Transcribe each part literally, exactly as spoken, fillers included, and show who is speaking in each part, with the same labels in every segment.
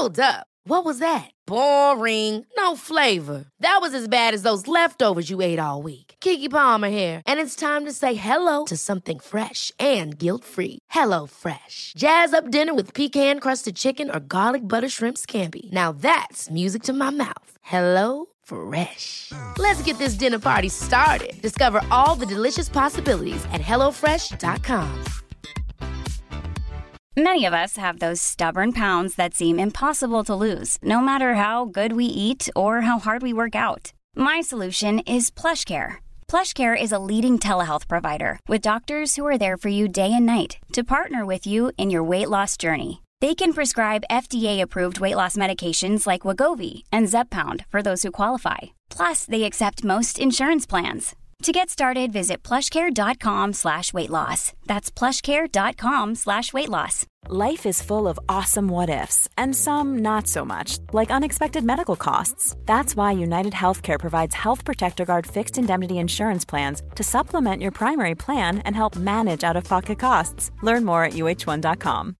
Speaker 1: Hold up. What was that? Boring. No flavor. That was as bad as those leftovers you ate all week. Keke Palmer here, and it's time to say hello to something fresh and guilt-free. Hello Fresh. Jazz up dinner with pecan-crusted chicken or garlic butter shrimp scampi. Now that's music to my mouth. Hello Fresh. Let's get this dinner party started. Discover all the delicious possibilities at hello fresh dot com.
Speaker 2: Many of us have those stubborn pounds that seem impossible to lose, no matter how good we eat or how hard we work out. My solution is PlushCare. PlushCare is a leading telehealth provider with doctors who are there for you day and night to partner with you in your weight loss journey. They can prescribe F D A-approved weight loss medications like Wegovy and Zepbound for those who qualify. Plus, they accept most insurance plans. To get started, visit plushcare.com slash weight loss. That's plushcare.com slash weight loss.
Speaker 3: Life is full of awesome what-ifs, and some not so much, like unexpected medical costs. That's why United Healthcare provides Health Protector Guard fixed indemnity insurance plans to supplement your primary plan and help manage out-of-pocket costs. Learn more at u h one dot com.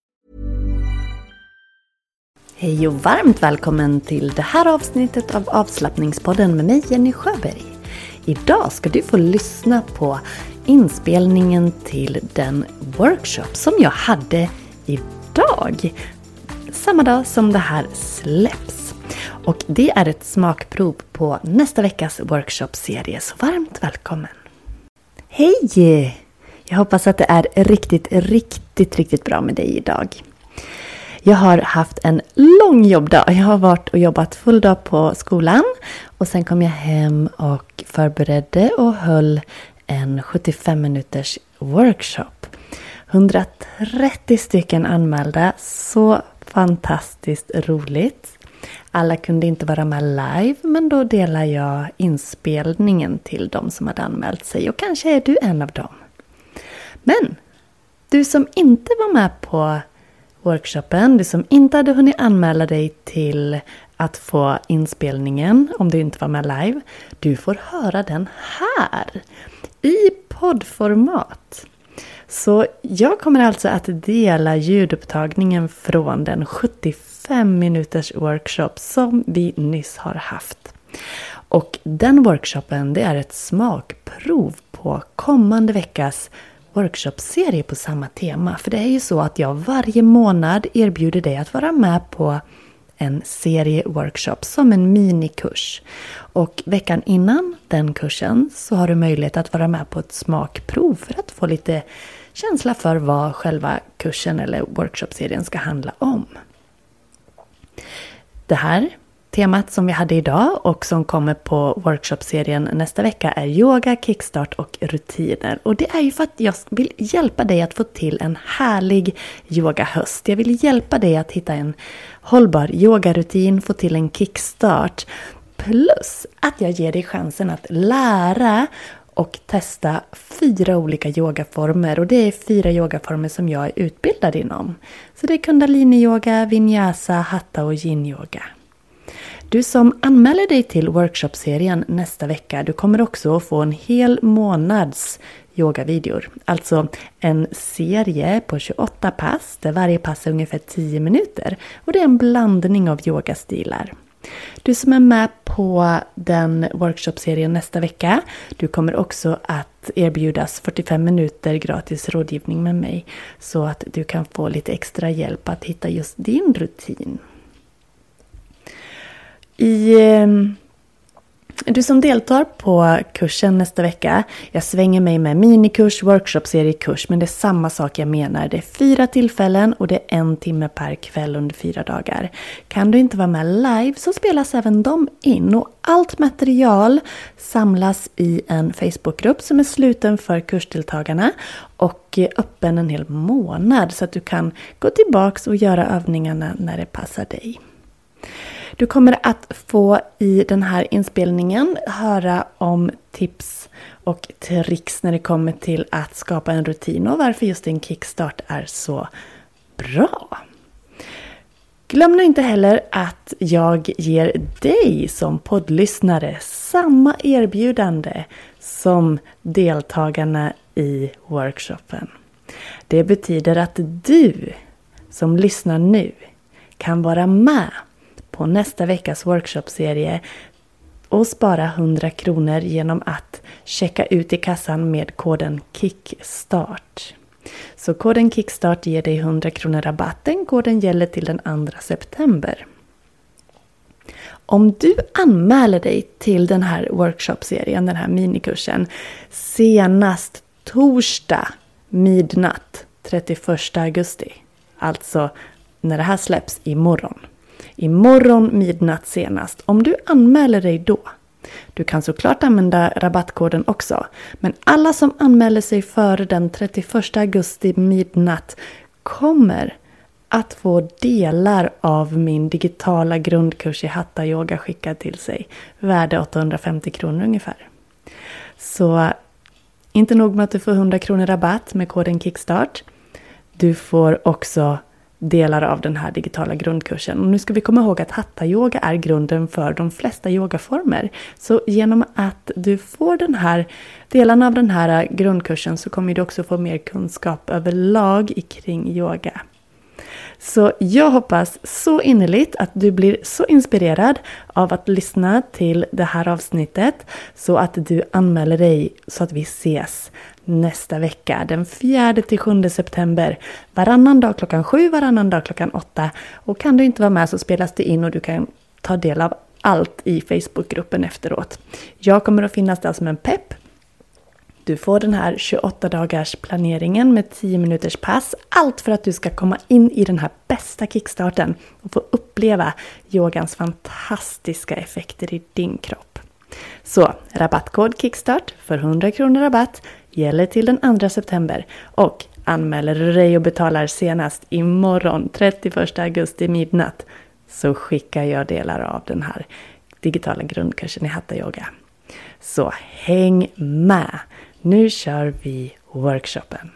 Speaker 4: Hej och varmt välkommen till det här avsnittet av Avslappningspodden med mig, Jenny Sjöberg. Idag ska du få lyssna på inspelningen till den workshop som jag hade idag. Samma dag som det här släpps. Och det är ett smakprov på nästa veckas workshop-serie. Så varmt välkommen. Hej! Jag hoppas att det är riktigt, riktigt, riktigt bra med dig idag. Jag har haft en lång jobbdag. Jag har varit och jobbat full dag på skolan. Och sen kom jag hem och förberedde och höll en sjuttiofem minuters workshop. hundratrettio stycken anmälda. Så fantastiskt roligt. Alla kunde inte vara med live, men då delar jag inspelningen till de som hade anmält sig. Och kanske är du en av dem. Men du som inte var med på workshopen, du som inte hade hunnit anmäla dig till att få inspelningen om du inte var med live, du får höra den här i poddformat. Så jag kommer alltså att dela ljudupptagningen från den sjuttiofem minuters workshop som vi nyss har haft. Och den workshopen, det är ett smakprov på kommande veckas workshopserie på samma tema. För det är ju så att jag varje månad erbjuder dig att vara med på en serie workshop som en minikurs. Och veckan innan den kursen så har du möjlighet att vara med på ett smakprov för att få lite känsla för vad själva kursen eller workshopserien ska handla om. Det här temat som vi hade idag och som kommer på workshopserien nästa vecka är yoga, kickstart och rutiner. Och det är ju för att jag vill hjälpa dig att få till en härlig yogahöst. Jag vill hjälpa dig att hitta en hållbar yogarutin, få till en kickstart. Plus att jag ger dig chansen att lära och testa fyra olika yogaformer. Och det är fyra yogaformer som jag är utbildad inom. Så det är kundalini-yoga, vinyasa, hatha och yin-yoga. Du som anmäler dig till workshopserien nästa vecka, du kommer också att få en hel månads yogavideor. Alltså en serie på tjugoåtta pass där varje pass är ungefär tio minuter. Och det är en blandning av yogastilar. Du som är med på den workshopserien nästa vecka, du kommer också att erbjudas fyrtiofem minuter gratis rådgivning med mig. Så att du kan få lite extra hjälp att hitta just din rutin. I, du som deltar på kursen nästa vecka, jag svänger mig med minikurs, workshopserie, kurs, men det är samma sak jag menar. Det är fyra tillfällen och det är en timme per kväll under fyra dagar. Kan du inte vara med live så spelas även de in och allt material samlas i en Facebookgrupp som är sluten för kursdeltagarna och öppen en hel månad så att du kan gå tillbaks och göra övningarna när det passar dig. Du kommer att få i den här inspelningen höra om tips och tricks när det kommer till att skapa en rutin och varför just en kickstart är så bra. Glöm nu inte heller att jag ger dig som poddlyssnare samma erbjudande som deltagarna i workshopen. Det betyder att du som lyssnar nu kan vara med på nästa veckas workshopserie och spara hundra kronor genom att checka ut i kassan med koden KICKSTART. Så koden KICKSTART ger dig hundra kronor rabatten. Koden gäller till den andra september. Om du anmäler dig till den här workshopserien, den här minikursen, senast torsdag midnatt trettioförsta augusti. Alltså när det här släpps imorgon. Imorgon midnatt senast. Om du anmäler dig då. Du kan såklart använda rabattkoden också. Men alla som anmäler sig före den trettioförsta augusti midnatt kommer att få delar av min digitala grundkurs i Hatha Yoga skickad till sig. Värde åttahundrafemtio kronor ungefär. Så inte nog med att du får hundra kronor rabatt med koden KICKSTART. Du får också delar av den här digitala grundkursen. Och nu ska vi komma ihåg att Hatha Yoga är grunden för de flesta yogaformer. Så genom att du får den här delen av den här grundkursen så kommer du också få mer kunskap överlag kring yoga. Så jag hoppas så innerligt att du blir så inspirerad av att lyssna till det här avsnittet så att du anmäler dig så att vi ses nästa vecka den fjärde till sjunde september. Varannan dag klockan sju, varannan dag klockan åtta. Och kan du inte vara med så spelas det in och du kan ta del av allt i Facebookgruppen efteråt. Jag kommer att finnas där som en pepp. Du får den här tjugoåtta dagars planeringen med tio minuters pass. Allt för att du ska komma in i den här bästa kickstarten och få uppleva yogans fantastiska effekter i din kropp. Så rabattkod KICKSTART för hundra kronor rabatt gäller till den andra september. Och anmäler du dig och betalar senast imorgon trettioförsta augusti midnatt så skickar jag delar av den här digitala grundkursen i Hatha Yoga. Så häng med! Nu kör vi workshopen.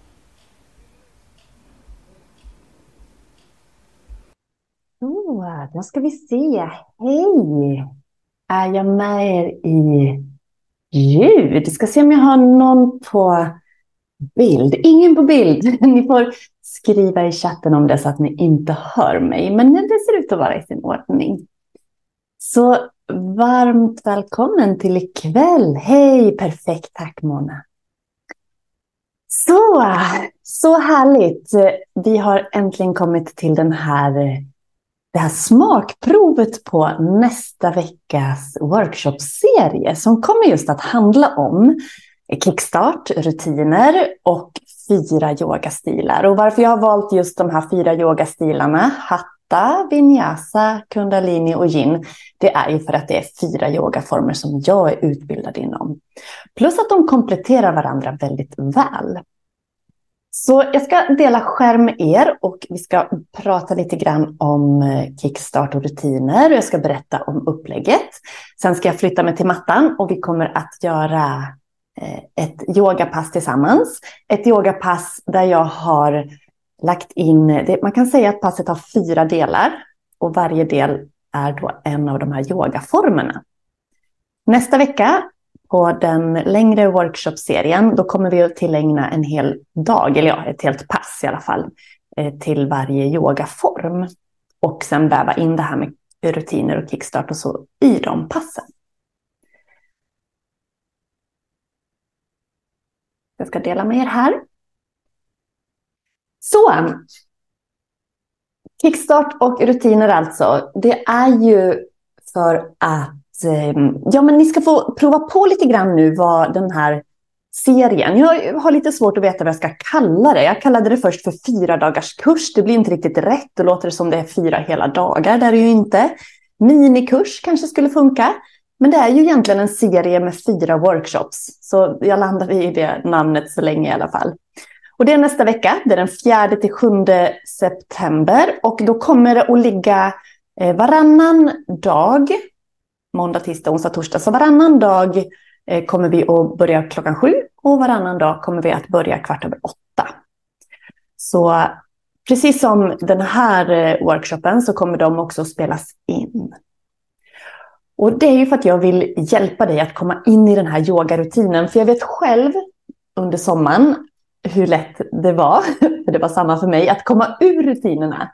Speaker 5: Så, då ska vi se. Hej! Är jag med er i ljud? Ska se om jag har någon på bild. Ingen på bild. Ni får skriva i chatten om det så att ni inte hör mig. Men det ser ut att vara i sin ordning. Så varmt välkommen till ikväll. Hej, perfekt, tack Mona. Så, så härligt. Vi har äntligen kommit till den här, det här smakprovet på nästa veckas workshopserie som kommer just att handla om kickstart, rutiner och fyra yogastilar. Och varför jag har valt just de här fyra yogastilarna, Hatha, Vinyasa, Kundalini och Yin, det är ju för att det är fyra yogaformer som jag är utbildad inom. Plus att de kompletterar varandra väldigt väl. Så jag ska dela skärm med er och vi ska prata lite grann om kickstart och rutiner. Jag ska berätta om upplägget. Sen ska jag flytta mig till mattan och vi kommer att göra ett yogapass tillsammans. Ett yogapass där jag har lagt in, det, man kan säga att passet har fyra delar och varje del är då en av de här yogaformerna. Nästa vecka på den längre workshopserien då kommer vi att tillägna en hel dag, eller ja, ett helt pass i alla fall, till varje yogaform. Och sen väva in det här med rutiner och kickstart och så i de passen. Jag ska dela med er här. Så, kickstart och rutiner alltså. Det är ju för att ja, men ni ska få prova på lite grann nu vad den här serien. Jag har lite svårt att veta vad jag ska kalla det. Jag kallade det först för fyra dagars kurs. Det blir inte riktigt rätt. Det låter som det är fyra hela dagar. Det är det ju inte. Minikurs kanske skulle funka. Men det är ju egentligen en serie med fyra workshops. Så jag landade i det namnet så länge i alla fall. Och det är nästa vecka. Det är den fjärde till sjunde september. Och då kommer det att ligga varannan dag. Måndag, tisdag, onsdag, torsdag. Så varannan dag kommer vi att börja klockan sju. Och varannan dag kommer vi att börja kvart över åtta. Så precis som den här workshopen så kommer de också spelas in. Och det är ju för att jag vill hjälpa dig att komma in i den här yogarutinen. För jag vet själv under sommaren hur lätt det var, för det var samma för mig, att komma ur rutinerna.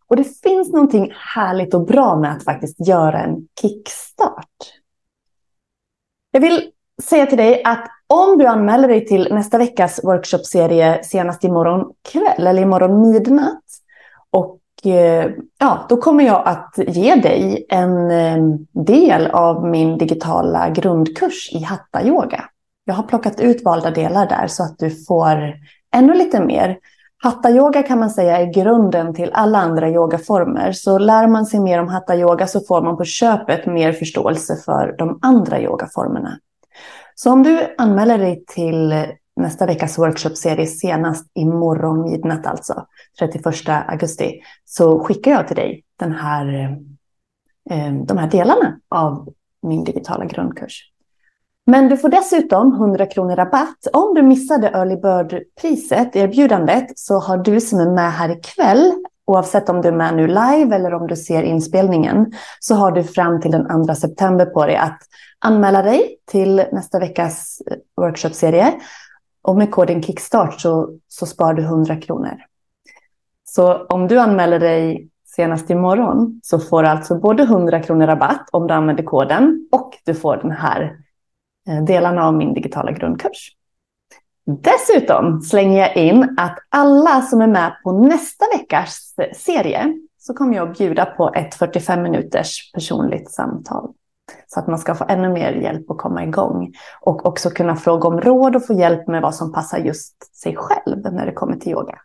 Speaker 5: Och det finns någonting härligt och bra med att faktiskt göra en kickstart. Jag vill säga till dig att om du anmäler dig till nästa veckas workshopserie senast imorgon kväll eller imorgon midnatt, och ja, då kommer jag att ge dig en del av min digitala grundkurs i Hatha yoga. Jag har plockat ut valda delar där så att du får ännu lite mer. Hatha yoga kan man säga är grunden till alla andra yogaformer. Så lär man sig mer om Hatha yoga så får man på köpet mer förståelse för de andra yogaformerna. Så om du anmäler dig till nästa veckas workshopserie senast imorgon midnatt, alltså trettioförsta augusti, så skickar jag till dig den här, de här delarna av min digitala grundkurs. Men du får dessutom hundra kronor rabatt. Om du missade early bird-priset, erbjudandet, så har du som är med här ikväll, oavsett om du är med nu live eller om du ser inspelningen, så har du fram till den andra september på dig att anmäla dig till nästa veckas workshopserie. Och med koden Kickstart så, så sparar du hundra kronor. Så om du anmäler dig senast imorgon så får du alltså både hundra kronor rabatt om du använder koden, och du får den här delarna av min digitala grundkurs. Dessutom slänger jag in att alla som är med på nästa veckas serie, så kommer jag att bjuda på ett fyrtiofem minuters personligt samtal. Så att man ska få ännu mer hjälp att komma igång. Och också kunna fråga om råd och få hjälp med vad som passar just sig själv när det kommer till yoga.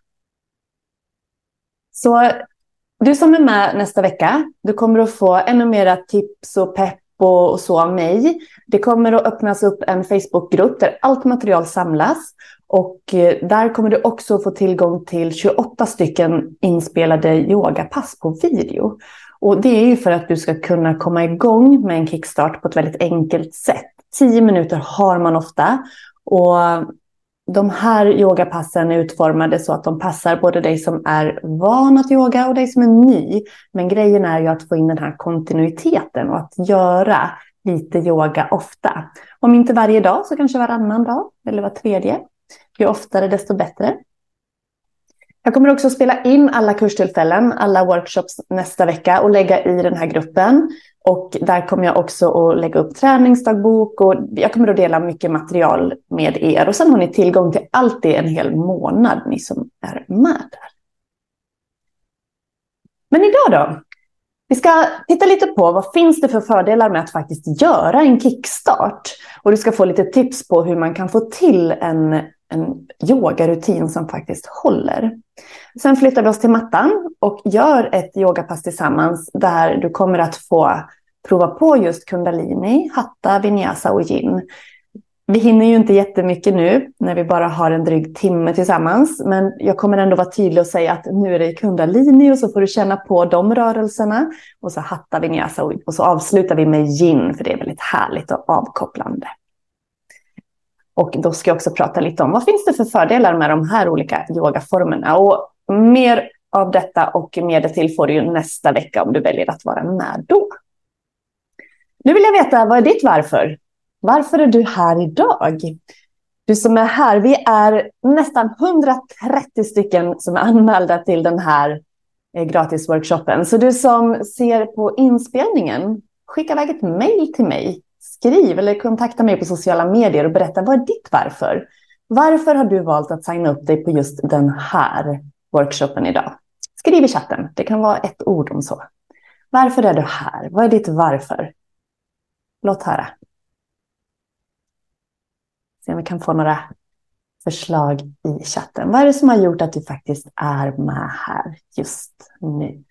Speaker 5: Så du som är med nästa vecka, du kommer att få ännu mera tips och pepp och så av mig. Det kommer att öppnas upp en Facebookgrupp där allt material samlas. Och där kommer du också få tillgång till tjugoåtta stycken inspelade yogapass på video. Och det är ju för att du ska kunna komma igång med en kickstart på ett väldigt enkelt sätt. Tio minuter har man ofta. Och de här yogapassen är utformade så att de passar både dig som är van att yoga och dig som är ny. Men grejen är ju att få in den här kontinuiteten och att göra lite yoga ofta. Om inte varje dag så kanske varannan dag eller var tredje. Ju oftare desto bättre. Jag kommer också spela in alla kurstillfällen, alla workshops nästa vecka och lägga i den här gruppen. Och där kommer jag också att lägga upp träningsdagbok och jag kommer att dela mycket material med er. Och sen har ni tillgång till allt det en hel månad, ni som är med där. Men idag då? Vi ska titta lite på vad finns det för fördelar med att faktiskt göra en kickstart. Och du ska få lite tips på hur man kan få till en, en yogarutin som faktiskt håller. Sen flyttar vi oss till mattan och gör ett yogapass tillsammans där du kommer att få prova på just kundalini, hatha, vinyasa och yin. Vi hinner ju inte jättemycket nu när vi bara har en dryg timme tillsammans. Men jag kommer ändå vara tydlig och säga att nu är det kundalini och så får du känna på de rörelserna. Och så hatha, vinyasa och så avslutar vi med yin för det är väldigt härligt och avkopplande. Och då ska jag också prata lite om vad finns det för fördelar med de här olika yogaformerna. Och mer av detta och mer det till får du ju nästa vecka om du väljer att vara med då. Nu vill jag veta, vad är ditt varför? Varför är du här idag? Du som är här, vi är nästan hundratrettio stycken som är anmälda till den här gratisworkshopen. Så du som ser på inspelningen, skicka iväg ett mejl till mig. Skriv eller kontakta mig på sociala medier och berätta, vad är ditt varför? Varför har du valt att signa upp dig på just den här workshopen idag? Skriv i chatten, det kan vara ett ord om så. Varför är du här? Vad är ditt varför? Låt höra. Se om vi kan få några förslag i chatten. Vad är det som har gjort att du faktiskt är med här just nu?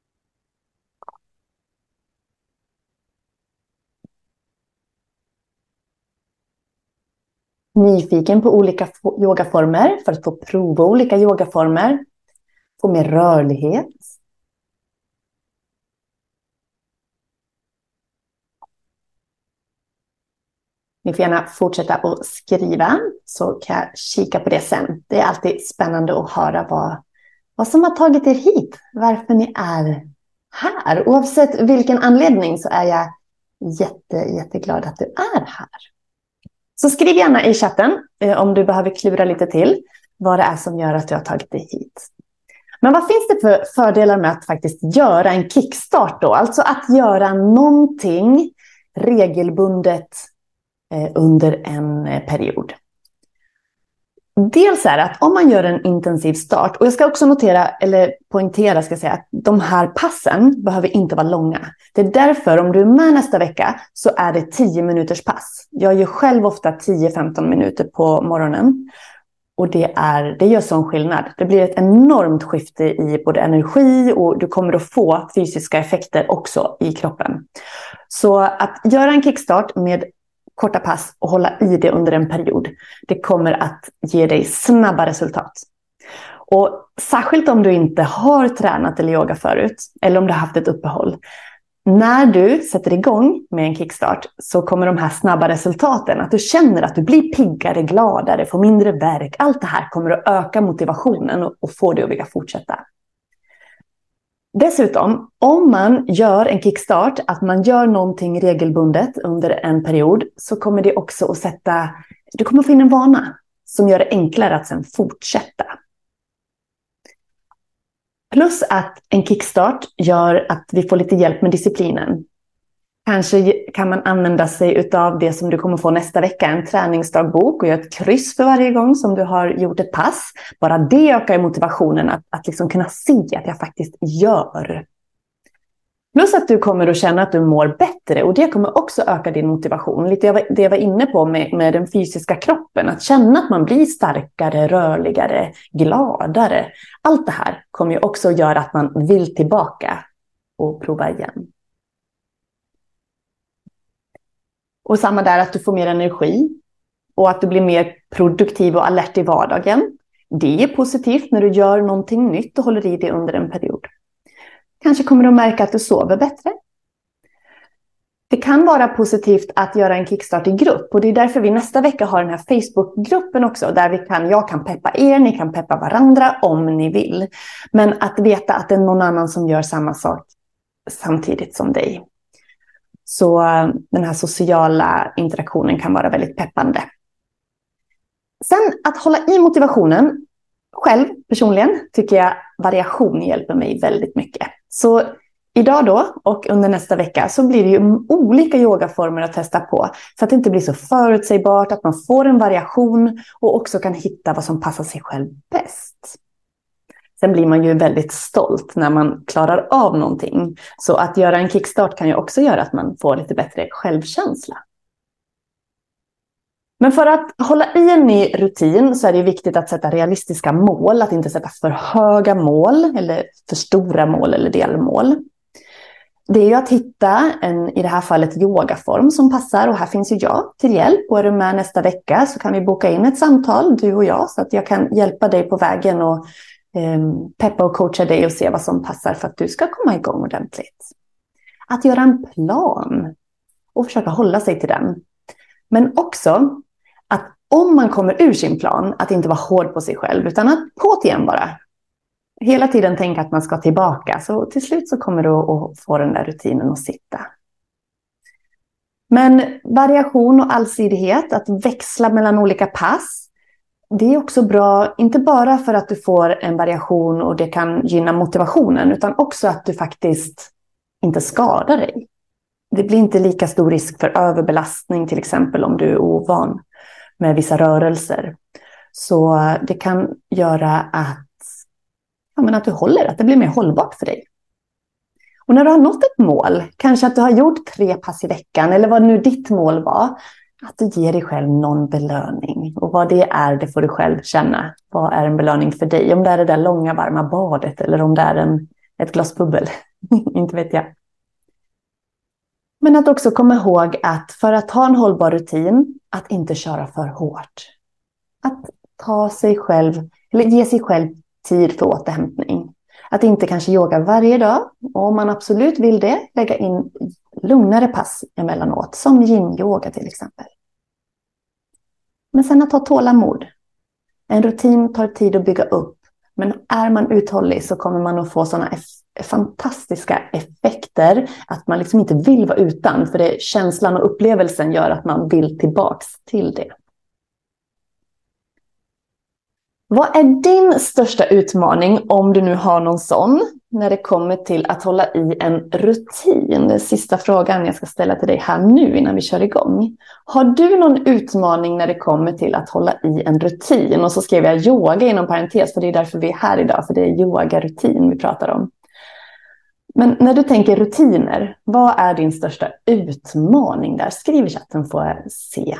Speaker 5: Nyfiken på olika yogaformer för att få prova olika yogaformer. Få mer rörlighet. Ni får gärna fortsätta att skriva så kan jag kika på det sen. Det är alltid spännande att höra vad, vad som har tagit er hit. Varför ni är här. Oavsett vilken anledning så är jag jätte, jätteglad att du är här. Så skriv gärna i chatten eh, om du behöver klura lite till vad det är som gör att du har tagit dig hit. Men vad finns det för fördelar med att faktiskt göra en kickstart då? Alltså att göra någonting regelbundet eh, under en eh, period. Dels är det att om man gör en intensiv start, och jag ska också notera, eller poängtera ska jag säga, att de här passen behöver inte vara långa. Det är därför om du är med nästa vecka så är det tio minuters pass. Jag gör själv ofta tio till femton minuter på morgonen. Och det, är, det gör sån skillnad. Det blir ett enormt skifte i både energi och du kommer att få fysiska effekter också i kroppen. Så att göra en kickstart med korta pass och hålla i det under en period, det kommer att ge dig snabba resultat. Och särskilt om du inte har tränat eller yoga förut, eller om du har haft ett uppehåll. När du sätter igång med en kickstart så kommer de här snabba resultaten, att du känner att du blir piggare, gladare, får mindre värk. Allt det här kommer att öka motivationen och, och få dig att vilja fortsätta. Dessutom, om man gör en kickstart, att man gör någonting regelbundet under en period, så kommer det också att sätta, du kommer att få in en vana som gör det enklare att sedan fortsätta. Plus att en kickstart gör att vi får lite hjälp med disciplinen. Kanske kan man använda sig av det som du kommer få nästa vecka, en träningsdagbok, och göra ett kryss för varje gång som du har gjort ett pass. Bara det ökar motivationen att, att liksom kunna se att jag faktiskt gör. Plus att du kommer att känna att du mår bättre, och det kommer också öka din motivation. Lite det jag var inne på med, med den fysiska kroppen, att känna att man blir starkare, rörligare, gladare. Allt det här kommer ju också göra att man vill tillbaka och prova igen. Och samma där, att du får mer energi och att du blir mer produktiv och alert i vardagen. Det är positivt när du gör någonting nytt och håller i det under en period. Kanske kommer du att märka att du sover bättre. Det kan vara positivt att göra en kickstart i grupp, och det är därför vi nästa vecka har den här Facebook-gruppen också, där vi kan, jag kan peppa er, ni kan peppa varandra om ni vill. Men att veta att det är någon annan som gör samma sak samtidigt som dig. Så den här sociala interaktionen kan vara väldigt peppande. Sen att hålla i motivationen. Själv personligen tycker jag variation hjälper mig väldigt mycket. Så idag då och under nästa vecka så blir det ju olika yogaformer att testa på. Så att det inte blir så förutsägbart, att man får en variation och också kan hitta vad som passar sig själv bäst. Sen blir man ju väldigt stolt när man klarar av någonting. Så att göra en kickstart kan ju också göra att man får lite bättre självkänsla. Men för att hålla i en ny rutin så är det viktigt att sätta realistiska mål. Att inte sätta för höga mål eller för stora mål eller delmål. Det är ju att hitta en, i det här fallet, yogaform som passar. Och här finns ju jag till hjälp. Och är du med nästa vecka så kan vi boka in ett samtal, du och jag. Så att jag kan hjälpa dig på vägen och peppa och coacha dig och se vad som passar för att du ska komma igång ordentligt. Att göra en plan och försöka hålla sig till den. Men också att om man kommer ur sin plan, att inte vara hård på sig själv, utan att på igen bara. Hela tiden tänka att man ska tillbaka, så till slut så kommer du att få den där rutinen att sitta. Men variation och allsidighet, att växla mellan olika pass, det är också bra, inte bara för att du får en variation och det kan gynna motivationen, utan också att du faktiskt inte skadar dig. Det blir inte lika stor risk för överbelastning, till exempel om du är ovan med vissa rörelser. Så det kan göra att, ja, men att du håller, att det blir mer hållbart för dig. Och när du har nått ett mål, kanske att du har gjort tre pass i veckan, eller vad nu ditt mål var, att du ger dig själv någon belöning. Och vad det är, det får du själv känna. Vad är en belöning för dig? Om det är det där långa varma badet, eller om det är en, ett glas bubbel. Inte vet jag. Men att också komma ihåg att för att ha en hållbar rutin, att inte köra för hårt. Att ta sig själv, eller ge sig själv tid för återhämtning. Att inte kanske yoga varje dag. Och om man absolut vill det, lägga in lugnare pass emellanåt. Som yin-yoga till exempel. Men sen att ha tålamod. En rutin tar tid att bygga upp. Men är man uthållig så kommer man att få sådana eff- fantastiska effekter. Att man liksom inte vill vara utan. För det, känslan och upplevelsen gör att man vill tillbaks till det. Vad är din största utmaning, om du nu har någon sån, när det kommer till att hålla i en rutin? Det är sista frågan jag ska ställa till dig här nu innan vi kör igång. Har du någon utmaning när det kommer till att hålla i en rutin? Och så skrev jag yoga inom parentes, för det är därför vi är här idag, för det är yogarutin vi pratar om. Men när du tänker rutiner, vad är din största utmaning där? Skriv i chatten får jag se.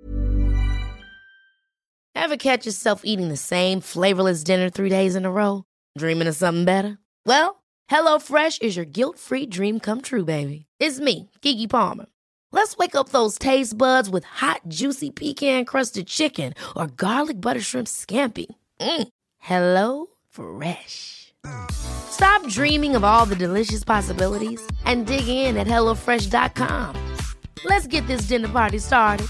Speaker 1: Ever catch yourself eating the same flavorless dinner three days in a row? Dreaming of something better? Well, HelloFresh is your guilt-free dream come true, baby. It's me, Keke Palmer. Let's wake up those taste buds with hot, juicy pecan-crusted chicken or garlic butter shrimp scampi. Mm. Hello Fresh. Stop dreaming of all the delicious possibilities and dig in at hello fresh dot com. Let's get this dinner party started.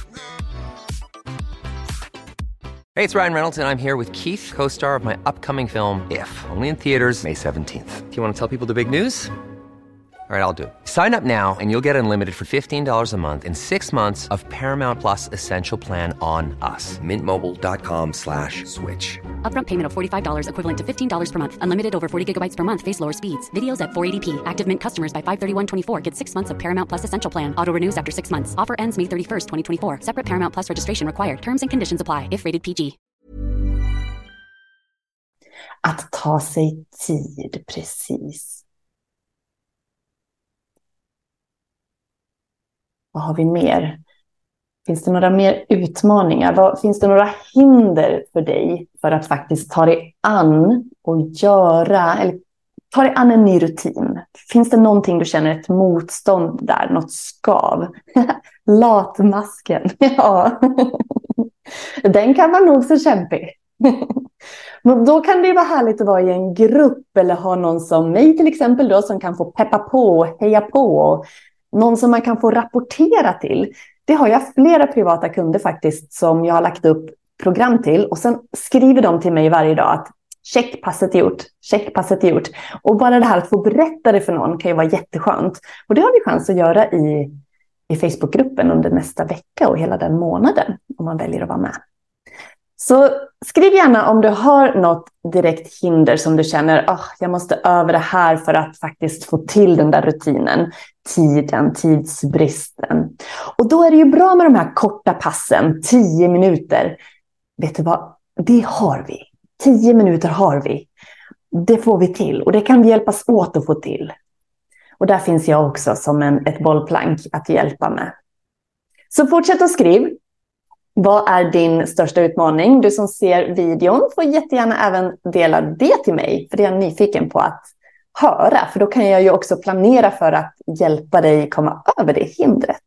Speaker 6: Hey, it's Ryan Reynolds, and I'm here with Keith, co-star of my upcoming film, If, only in theaters May seventeenth. Do you want to tell people the big news? All right, I'll do it. Sign up now and you'll get unlimited for fifteen dollars a month and six months of Paramount Plus Essential Plan on us. Mint Mobile dot com slash switch.
Speaker 7: Upfront payment of forty-five dollars equivalent to fifteen dollars per month. Unlimited over forty gigabytes per month. Face lower speeds. Videos at four eighty p. Active Mint customers by five thirty-one twenty-four get six months of Paramount Plus Essential Plan. Auto renews after six months. Offer ends May thirty-first, twenty twenty-four. Separate Paramount Plus registration required. Terms and conditions apply if rated P G.
Speaker 5: Att ta sig tid, precis. Vad har vi mer? Finns det några mer utmaningar? Vad, finns det några hinder för dig för att faktiskt ta dig an och göra, eller ta dig an en ny rutin? Finns det någonting du känner ett motstånd där, något skav? Latmasken, ja. Den kan vara nog så kämpig. Men då kan det ju vara härligt att vara i en grupp eller ha någon som mig till exempel då, som kan få peppa på och heja på, och någon som man kan få rapportera till. Det har jag flera privata kunder faktiskt som jag har lagt upp program till, och sen skriver de till mig varje dag att check, passet är gjort, check, passet är gjort. Och bara det här att få berätta det för någon kan ju vara jätteskönt. Och det har vi chans att göra i, i Facebookgruppen under nästa vecka och hela den månaden, om man väljer att vara med. Så skriv gärna om du har något direkt hinder som du känner, oh, jag måste öva det här för att faktiskt få till den där rutinen. Tiden, tidsbristen. Och då är det ju bra med de här korta passen, tio minuter. Vet du vad? Det har vi. Tio minuter har vi. Det får vi till, och det kan vi hjälpas åt att få till. Och där finns jag också som en, ett bollplank att hjälpa med. Så fortsätt att skriva. Vad är din största utmaning? Du som ser videon får jättegärna även dela det till mig, för det är jag nyfiken på att höra. För då kan jag ju också planera för att hjälpa dig komma över det hindret.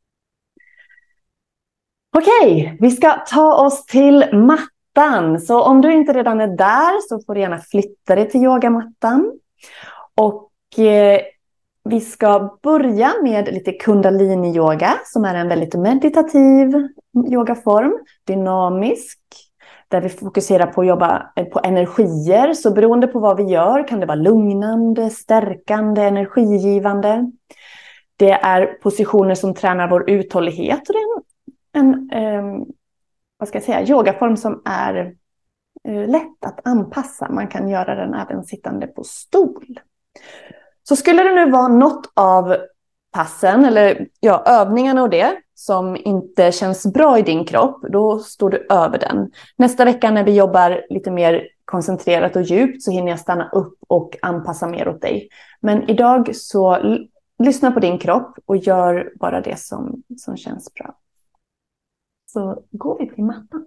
Speaker 5: Okej, vi ska ta oss till mattan. Så om du inte redan är där så får du gärna flytta dig till yogamattan. Och eh, vi ska börja med lite kundalini-yoga, som är en väldigt meditativ yogaform, dynamisk, där vi fokuserar på att jobba på energier. Så beroende på vad vi gör kan det vara lugnande, stärkande, energigivande. Det är positioner som tränar vår uthållighet, och det är en, en eh, vad ska jag säga, yogaform som är eh, lätt att anpassa. Man kan göra den även sittande på stol. Så skulle det nu vara något av passen eller ja, övningarna och det som inte känns bra i din kropp, då står du över den. Nästa vecka när vi jobbar lite mer koncentrerat och djupt så hinner jag stanna upp och anpassa mer åt dig. Men idag så l- lyssna på din kropp och gör bara det som, som känns bra. Så går vi till mattan.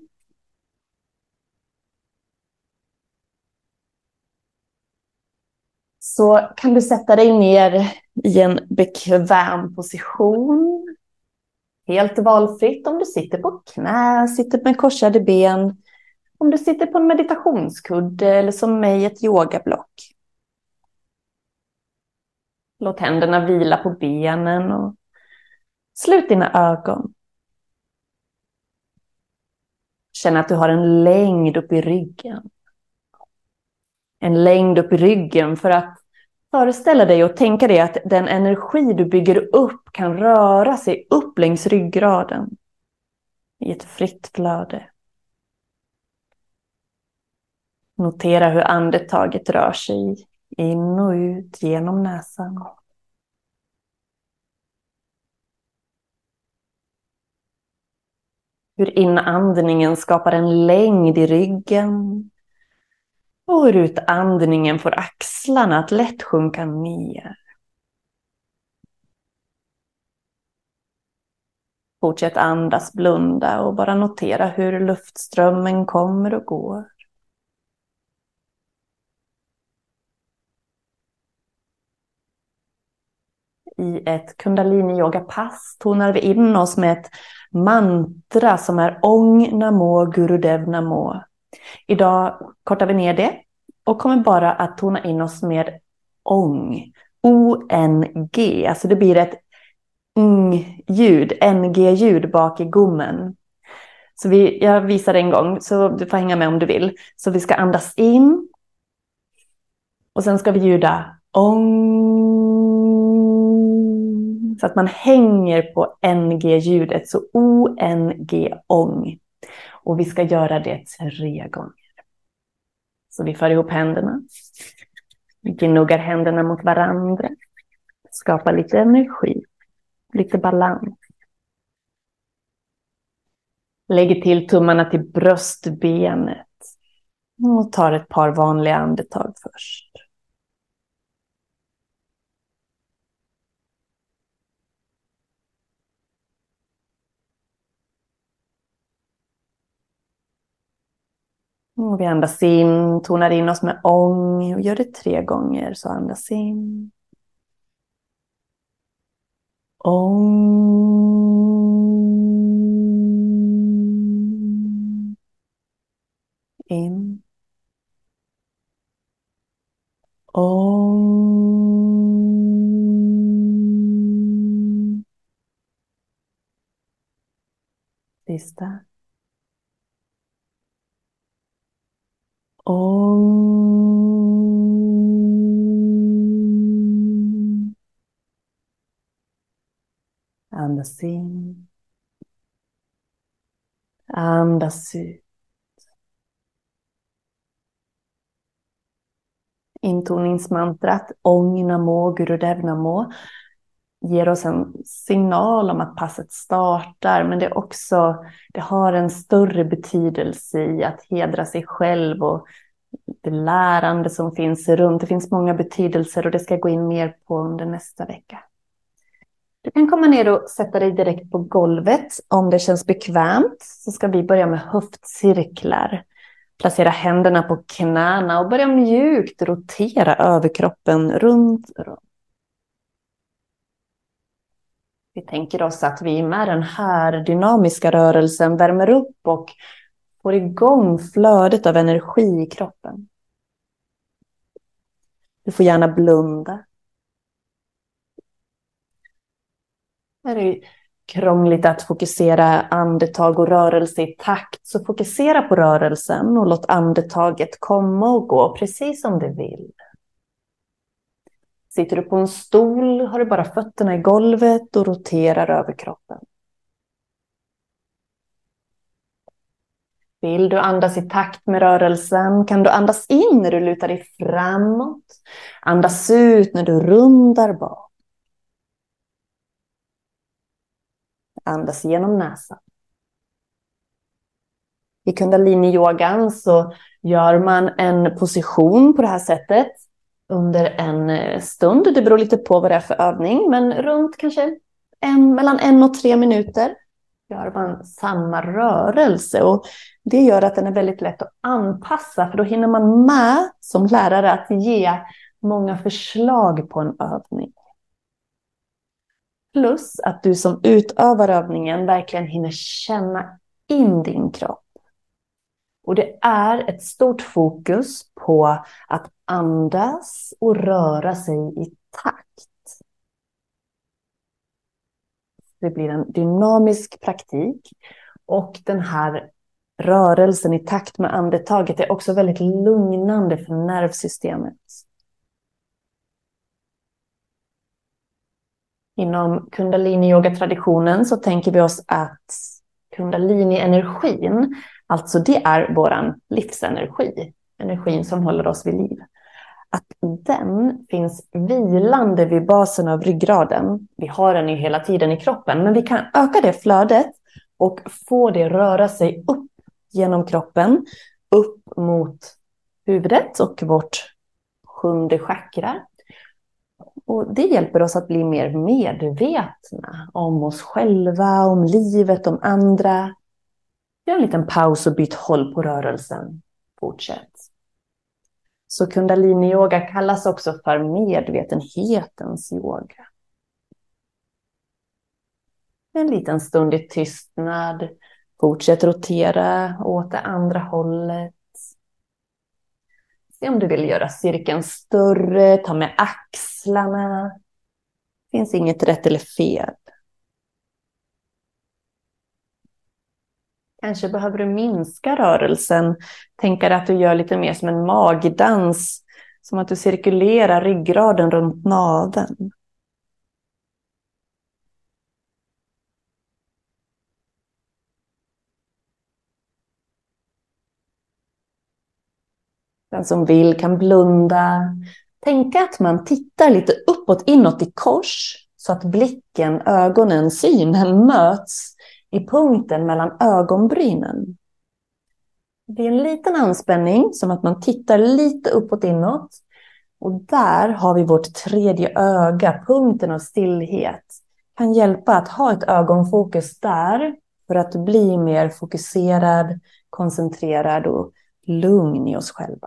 Speaker 5: Så kan du sätta dig ner i en bekväm position. Helt valfritt om du sitter på knä, sitter med korsade ben. Om du sitter på en meditationskudde eller som mig ett yogablock. Låt händerna vila på benen och slut dina ögon. Känn att du har en längd upp i ryggen. En längd upp i ryggen för att föreställa dig och tänka dig att den energi du bygger upp kan röra sig upp längs ryggraden i ett fritt flöde. Notera hur andetaget rör sig in och ut genom näsan. Hur inandningen skapar en längd i ryggen. Och hur utandningen får axlarna att lätt sjunka ner. Fortsätt andas, blunda och bara notera hur luftströmmen kommer och går. I ett kundalini-yoga-pass tonar vi in oss med ett mantra som är Ong Namo Gurudev Namo. Idag kortar vi ner det och kommer bara att tona in oss med Ong. O N G. Alltså det blir ett ng-ljud, N G-ljud bak i gommen. Så vi, jag visar en gång så du får hänga med om du vill. Så vi ska andas in. Och sen ska vi ljuda Ong. Så att man hänger på N G-ljudet. Så O N G, Ong. Och vi ska göra det tre gånger. Så vi för ihop händerna. Vi gnuggar händerna mot varandra. Skapar lite energi. Lite balans. Lägger till tummarna till bröstbenet. Och tar ett par vanliga andetag först. Och vi andas in, tonar in oss med ång och gör det tre gånger. Så andas in. Ång. In. Ång. Sista. Om. Andas in. Andas ut. Intoningsmantrat Ong Namo Gurudev Namo ger oss en signal om att passet startar, men det är också, det har en större betydelse i att hedra sig själv och det lärande som finns runt. Det finns många betydelser och det ska jag gå in mer på under nästa vecka. Du kan komma ner och sätta dig direkt på golvet om det känns bekvämt. Så ska vi börja med höftcirklar. Placera händerna på knäna och börja mjukt rotera överkroppen runt runt. Vi tänker oss att vi med den här dynamiska rörelsen värmer upp och får igång flödet av energi i kroppen. Du får gärna blunda. Är det krångligt att fokusera andetag och rörelse i takt, så fokusera på rörelsen och låt andetaget komma och gå precis som du vill. Sitter du på en stol har du bara fötterna i golvet och roterar över kroppen. Vill du andas i takt med rörelsen kan du andas in när du lutar dig framåt. Andas ut när du rundar bak. Andas genom näsan. I kundalini-yogan så gör man en position på det här sättet under en stund. Det beror lite på vad det är för övning, men runt kanske en, mellan en och tre minuter gör man samma rörelse. Och det gör att den är väldigt lätt att anpassa, för då hinner man med som lärare att ge många förslag på en övning. Plus att du som utövar övningen verkligen hinner känna in din kropp. Och det är ett stort fokus på att andas och röra sig i takt. Det blir en dynamisk praktik. Och den här rörelsen i takt med andetaget är också väldigt lugnande för nervsystemet. Inom kundalini-yoga-traditionen så tänker vi oss att kundalini-energin, alltså det är våran livsenergi. energin som håller oss vid liv, att den finns vilande vid basen av ryggraden. Vi har den ju hela tiden i kroppen, men vi kan öka det flödet och få det röra sig upp genom kroppen, upp mot huvudet och vårt sjunde chakra. Och det hjälper oss att bli mer medvetna om oss själva, om livet, om andra. Gör en liten paus och byt håll på rörelsen. Fortsätt. Så kundalini-yoga kallas också för medvetenhetens yoga. En liten stund i tystnad. Fortsätt rotera åt det andra hållet. Se om du vill göra cirkeln större. Ta med axlarna. Det finns inget rätt eller fel. Kanske behöver du minska rörelsen. Tänk dig att du gör lite mer som en magdans. Som att du cirkulerar ryggraden runt naveln. Den som vill kan blunda. Tänk att man tittar lite uppåt, inåt i kors. Så att blicken, ögonen, synen möts i punkten mellan ögonbrynen. Det är en liten anspänning, som att man tittar lite uppåt, inåt. Och där har vi vårt tredje öga, punkten av stillhet. Kan hjälpa att ha ett ögonfokus där för att bli mer fokuserad, koncentrerad och lugn i oss själva.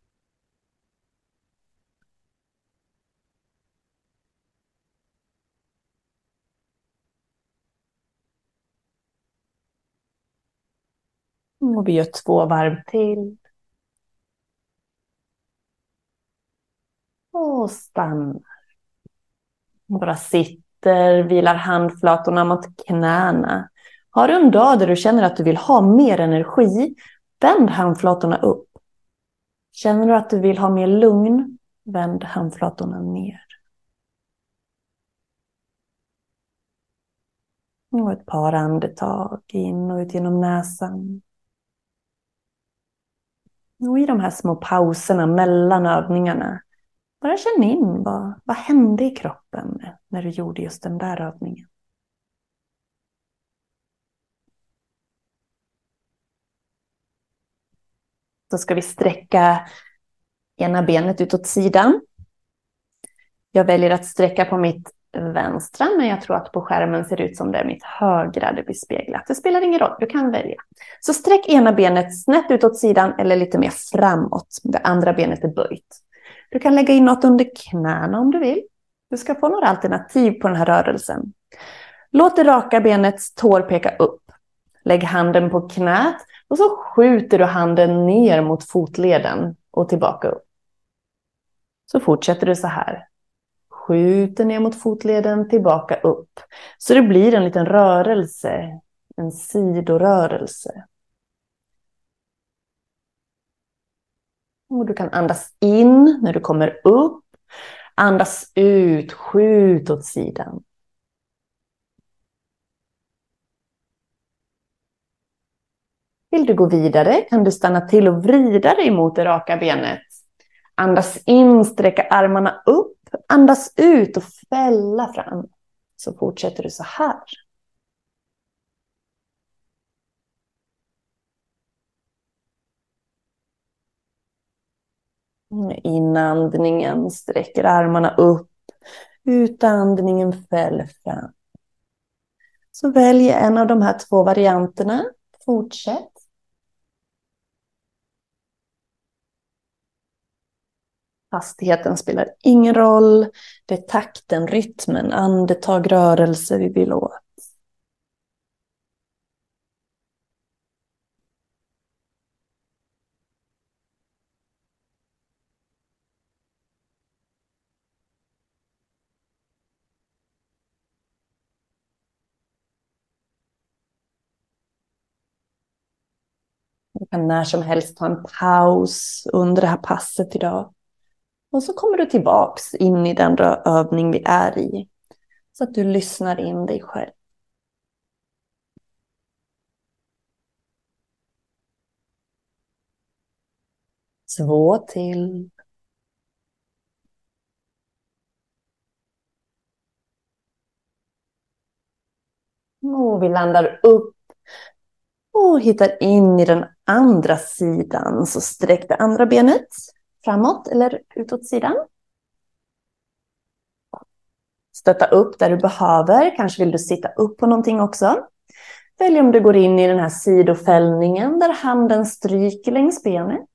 Speaker 5: Och vi gör två varv till. Och stannar. Bara sitter, vilar handflatorna mot knäna. Har du en dag där du känner att du vill ha mer energi, vänd handflatorna upp. Känner du att du vill ha mer lugn, vänd handflatorna ner. Och ett par andetag in och ut genom näsan. Och i de här små pauserna mellan övningarna, bara känn in vad, vad hände i kroppen när du gjorde just den där övningen. Så ska vi sträcka ena benet ut åt sidan. Jag väljer att sträcka på mitt vänstra, men jag tror att på skärmen ser det ut som det är mitt högra det blir speglat. Det spelar ingen roll, du kan välja. Så sträck ena benet snett ut åt sidan eller lite mer framåt. Det andra benet är böjt. Du kan lägga in något under knäna om du vill. Du ska få några alternativ på den här rörelsen. Låt det raka benets tår peka upp. Lägg handen på knät och så skjuter du handen ner mot fotleden och tillbaka upp. Så fortsätter du så här. Skjuter ner mot fotleden, tillbaka upp. Så det blir en liten rörelse, en sidorörelse. Och du kan andas in när du kommer upp. Andas ut, skjut åt sidan. Vill du gå vidare kan du stanna till och vrida dig mot det raka benet. Andas in, sträcka armarna upp. Andas ut och fälla fram. Så fortsätter du så här. Inandningen sträcker armarna upp. Utandningen fäller fram. Så välj en av de här två varianterna. Fortsätt. Hastigheten spelar ingen roll. Det är takten, rytmen, andetag, rörelse vi vill åt. Du kan när som helst ta en paus under det här passet idag. Och så kommer du tillbaks in i den övning vi är i. Så att du lyssnar in dig själv. Två till. Och vi landar upp och hittar in i den andra sidan. Så sträck det andra benet framåt eller utåt sidan. Stötta upp där du behöver. Kanske vill du sitta upp på någonting också. Välj om du går in i den här sidofällningen där handen stryker längs benet.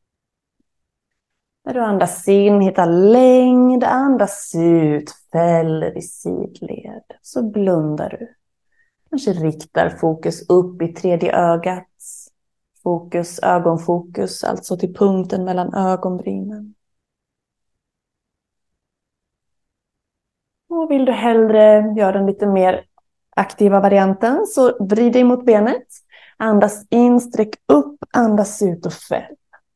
Speaker 5: När du andas in, hittar längd, andas ut, fäller i sidled. Så blundar du. Kanske riktar fokus upp i tredje ögat. Fokus, ögonfokus, alltså till punkten mellan ögonbrynen. Och vill du hellre göra den lite mer aktiva varianten så vrid dig mot benet. Andas in, sträck upp, andas ut och fäll.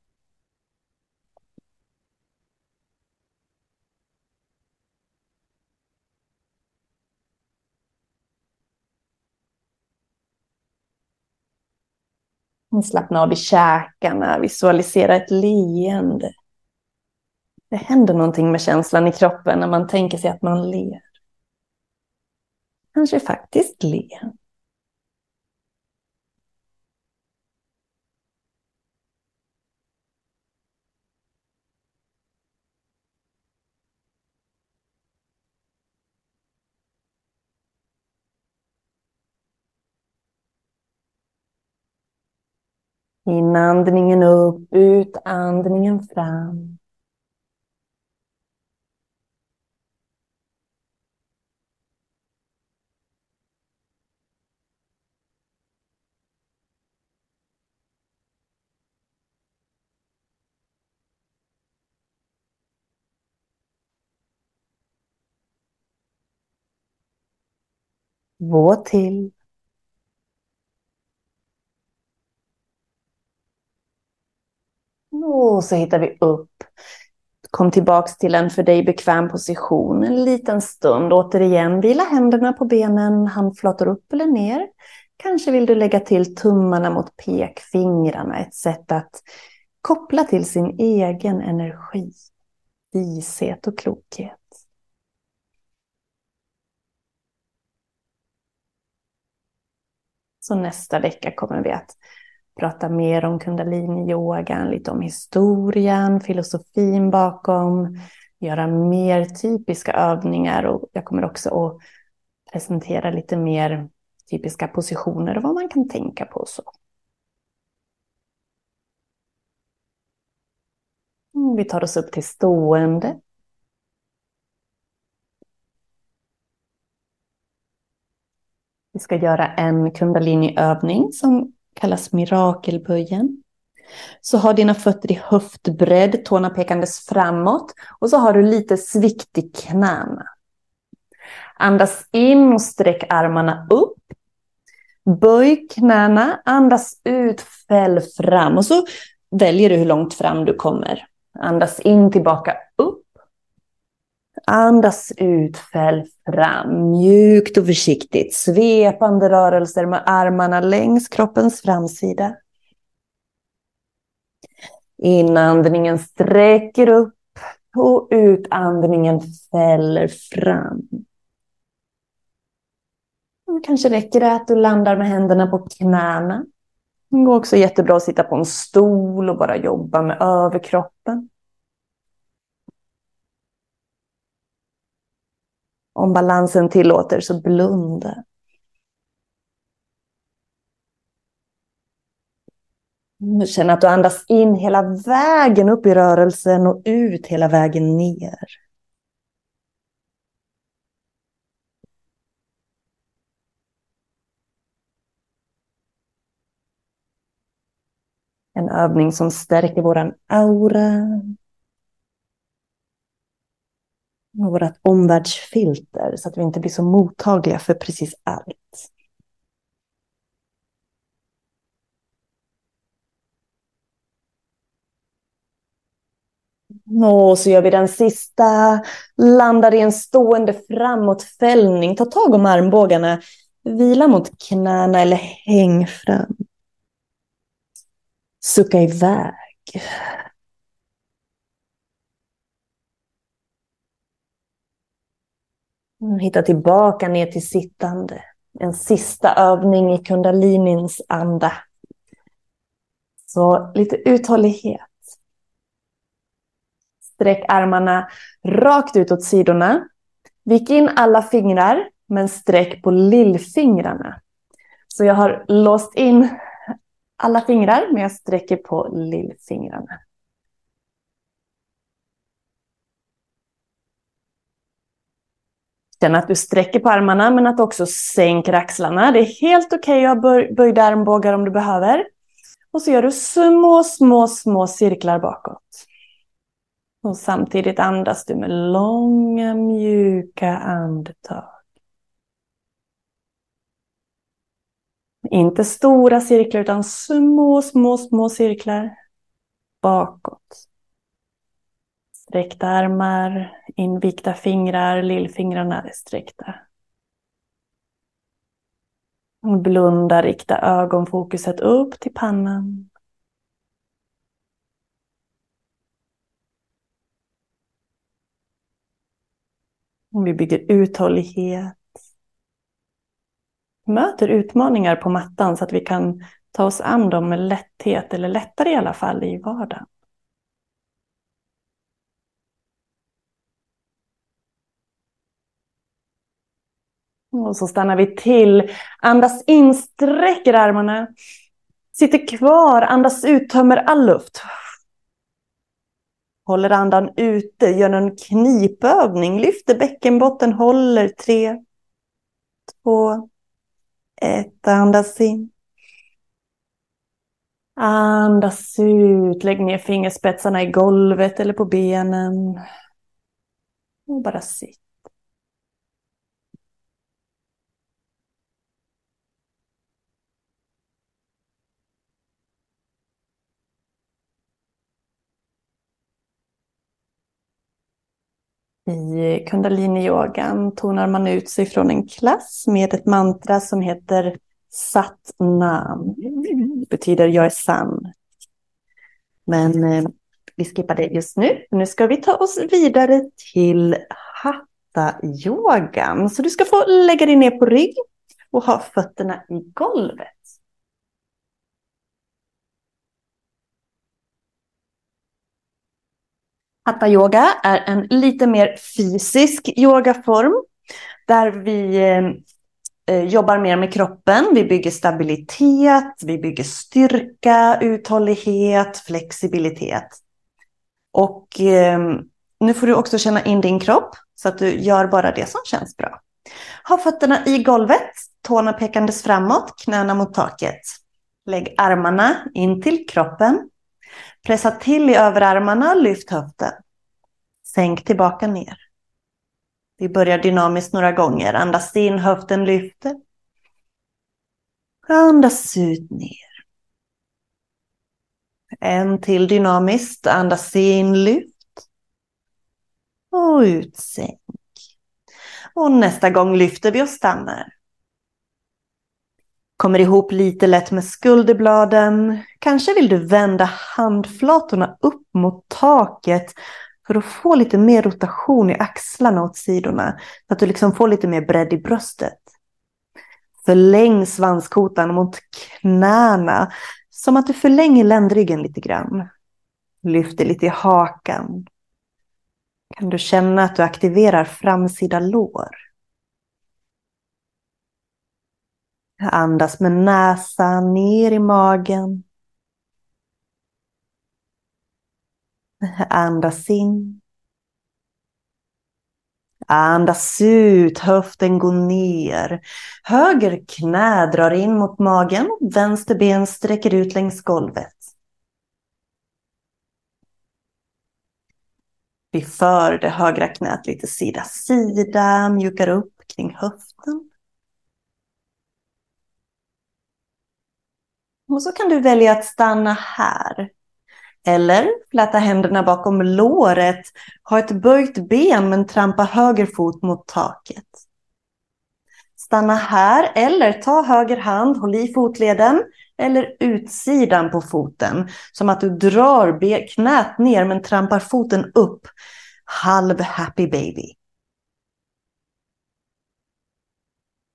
Speaker 5: Slappna av i käkarna, visualisera ett leende. Det händer någonting med känslan i kroppen när man tänker sig att man ler. Kanske faktiskt le. Inandningen upp, utandningen fram. Två till. Och så hittar vi upp. Kom tillbaks till en för dig bekväm position. En liten stund. Återigen, vila händerna på benen. Handflator upp eller ner. Kanske vill du lägga till tummarna mot pekfingrarna. Ett sätt att koppla till sin egen energi. Vishet och klokhet. Så nästa vecka kommer vi att prata mer om kundalini-yogan, lite om historien, filosofin bakom, göra mer typiska övningar och jag kommer också att presentera lite mer typiska positioner och vad man kan tänka på. Så. Vi tar oss upp till stående. Vi ska göra en kundalini-övning som kallas mirakelböjen. Så har dina fötter i höftbredd, tårna pekandes framåt. Och så har du lite svikt i knäna. Andas in och sträck armarna upp. Böj knäna, andas ut, fäll fram. Och så väljer du hur långt fram du kommer. Andas in, tillbaka upp. Andas ut, fäll fram, mjukt och försiktigt. Svepande rörelser med armarna längs kroppens framsida. Inandningen sträcker upp och utandningen fäller fram. Kanske räcker det att du landar med händerna på knäna. Det går också jättebra att sitta på en stol och bara jobba med överkroppen. Om balansen tillåter så blunda. Känn att du andas in hela vägen upp i rörelsen och ut hela vägen ner. En övning som stärker våran aura. Och vårt omvärldsfilter så att vi inte blir så mottagliga för precis allt. Och så gör vi den sista. Landar i en stående framåtfällning. Ta tag om armbågarna. Vila mot knäna eller häng fram. Sucka iväg. Hitta tillbaka ner till sittande. En sista övning i kundalinins anda. Så lite uthållighet. Sträck armarna rakt ut åt sidorna. Vik in alla fingrar, men sträck på lillfingrarna. Så jag har låst in alla fingrar, men jag sträcker på lillfingrarna. Känn att du sträcker på armarna, men att också sänker axlarna. Det är helt okej att ha böjda armbågar om du behöver. Och så gör du små, små, små cirklar bakåt. Och samtidigt andas du med långa, mjuka andetag. Inte stora cirklar utan små, små, små cirklar bakåt. Sträckta armar, invikta fingrar, lillfingrarna är sträckta. Blunda, rikta ögonfokuset upp till pannan. Vi bygger uthållighet. Möter utmaningar på mattan så att vi kan ta oss an dem med lätthet, eller lättare i alla fall i vardagen. Och så stannar vi till. Andas in, sträcker armarna. Sitter kvar, andas ut, tömmer all luft. Håller andan ute, gör en knipövning. Lyfter bäckenbotten, håller tre, två, ett. Andas in. Andas ut, lägg ner fingerspetsarna i golvet eller på benen. Och bara sitt. I kundalini-yogan tonar man ut sig från en klass med ett mantra som heter Sat Nam. Det betyder jag är sann. Men eh, vi skippar det just nu. Nu ska vi ta oss vidare till Hatha-yogan. Så du ska få lägga dig ner på rygg och ha fötterna i golvet. Hatha-yoga är en lite mer fysisk yogaform där vi eh, jobbar mer med kroppen. Vi bygger stabilitet, vi bygger styrka, uthållighet, flexibilitet. Och eh, nu får du också känna in din kropp så att du gör bara det som känns bra. Ha fötterna i golvet, tårna pekandes framåt, knäna mot taket. Lägg armarna in till kroppen. Pressa till i överarmarna, lyft höften. Sänk tillbaka ner. Vi börjar dynamiskt några gånger. Andas in, höften lyfter. Andas ut ner. En till dynamiskt. Andas in, lyft. Och ut, sänk. Och nästa gång lyfter vi och stannar. Kommer ihop lite lätt med skulderbladen. Kanske vill du vända handflatorna upp mot taket för att få lite mer rotation i axlarna åt sidorna. Så att du liksom får lite mer bredd i bröstet. Förläng svanskotan mot knäna. Som att du förlänger ländryggen lite grann. Lyfter lite i hakan. Kan du känna att du aktiverar framsida lår? Andas med näsan ner i magen. Andas in. Andas ut, höften går ner. Höger knä drar in mot magen. Vänster ben sträcker ut längs golvet. Vi för det högra knät lite sida sida. Mjukar upp kring höften. Och så kan du välja att stanna här. Eller fläta händerna bakom låret. Ha ett böjt ben men trampa höger fot mot taket. Stanna här eller ta höger hand, håll i fotleden. Eller utsidan på foten. Som att du drar knät ner men trampar foten upp. Halv happy baby.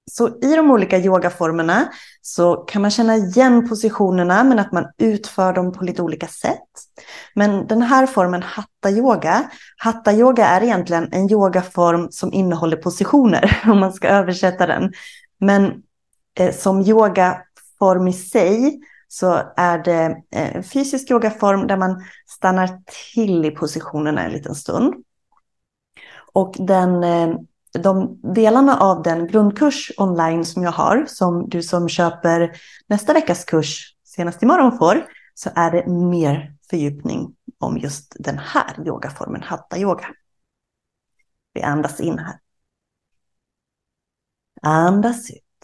Speaker 5: Så i de olika yogaformerna så kan man känna igen positionerna, men att man utför dem på lite olika sätt. Men den här formen Hatha yoga, Hatha yoga är egentligen en yogaform som innehåller positioner, om man ska översätta den. Men eh, som yogaform i sig så är det en fysisk yogaform där man stannar till i positionerna en liten stund. Och den... Eh, De delarna av den grundkurs online som jag har, som du som köper nästa veckas kurs senast imorgon får, så är det mer fördjupning om just den här yogaformen, Hatha yoga. Vi andas in här. Andas ut.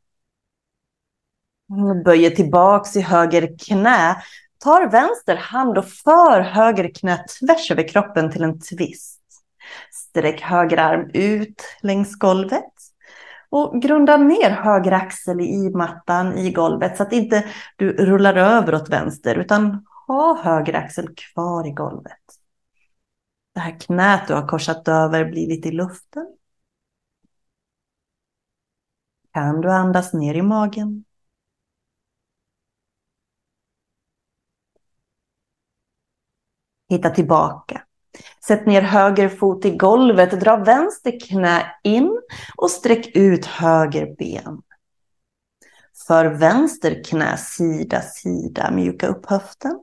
Speaker 5: Böjer tillbaks i höger knä. Tar vänster hand och för höger knä tvärs över kroppen till en twist. Sträck höger arm ut längs golvet. Och grunda ner höger axel i mattan i golvet. Så att inte du rullar över åt vänster. Utan ha höger axel kvar i golvet. Det här knät du har korsat över blir lite i luften. Kan du andas ner i magen? Hitta tillbaka. Sätt ner höger fot i golvet, dra vänster knä in och sträck ut höger ben. För vänster knä sida sida, mjuka upp höften.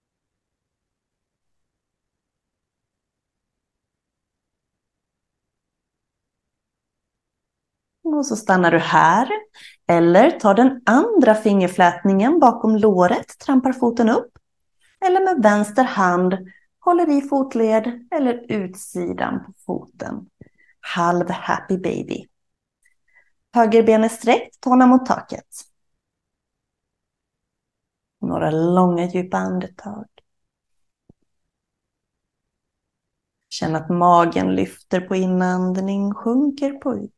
Speaker 5: Och så stannar du här. Eller tar den andra fingerflätningen bakom låret, trampar foten upp. Eller med vänster hand håller i fotled eller utsidan på foten. Halv happy baby. Högerben är sträckt, tårna mot taket. Några långa djupa andetag. Känn att magen lyfter på inandning, sjunker på ut.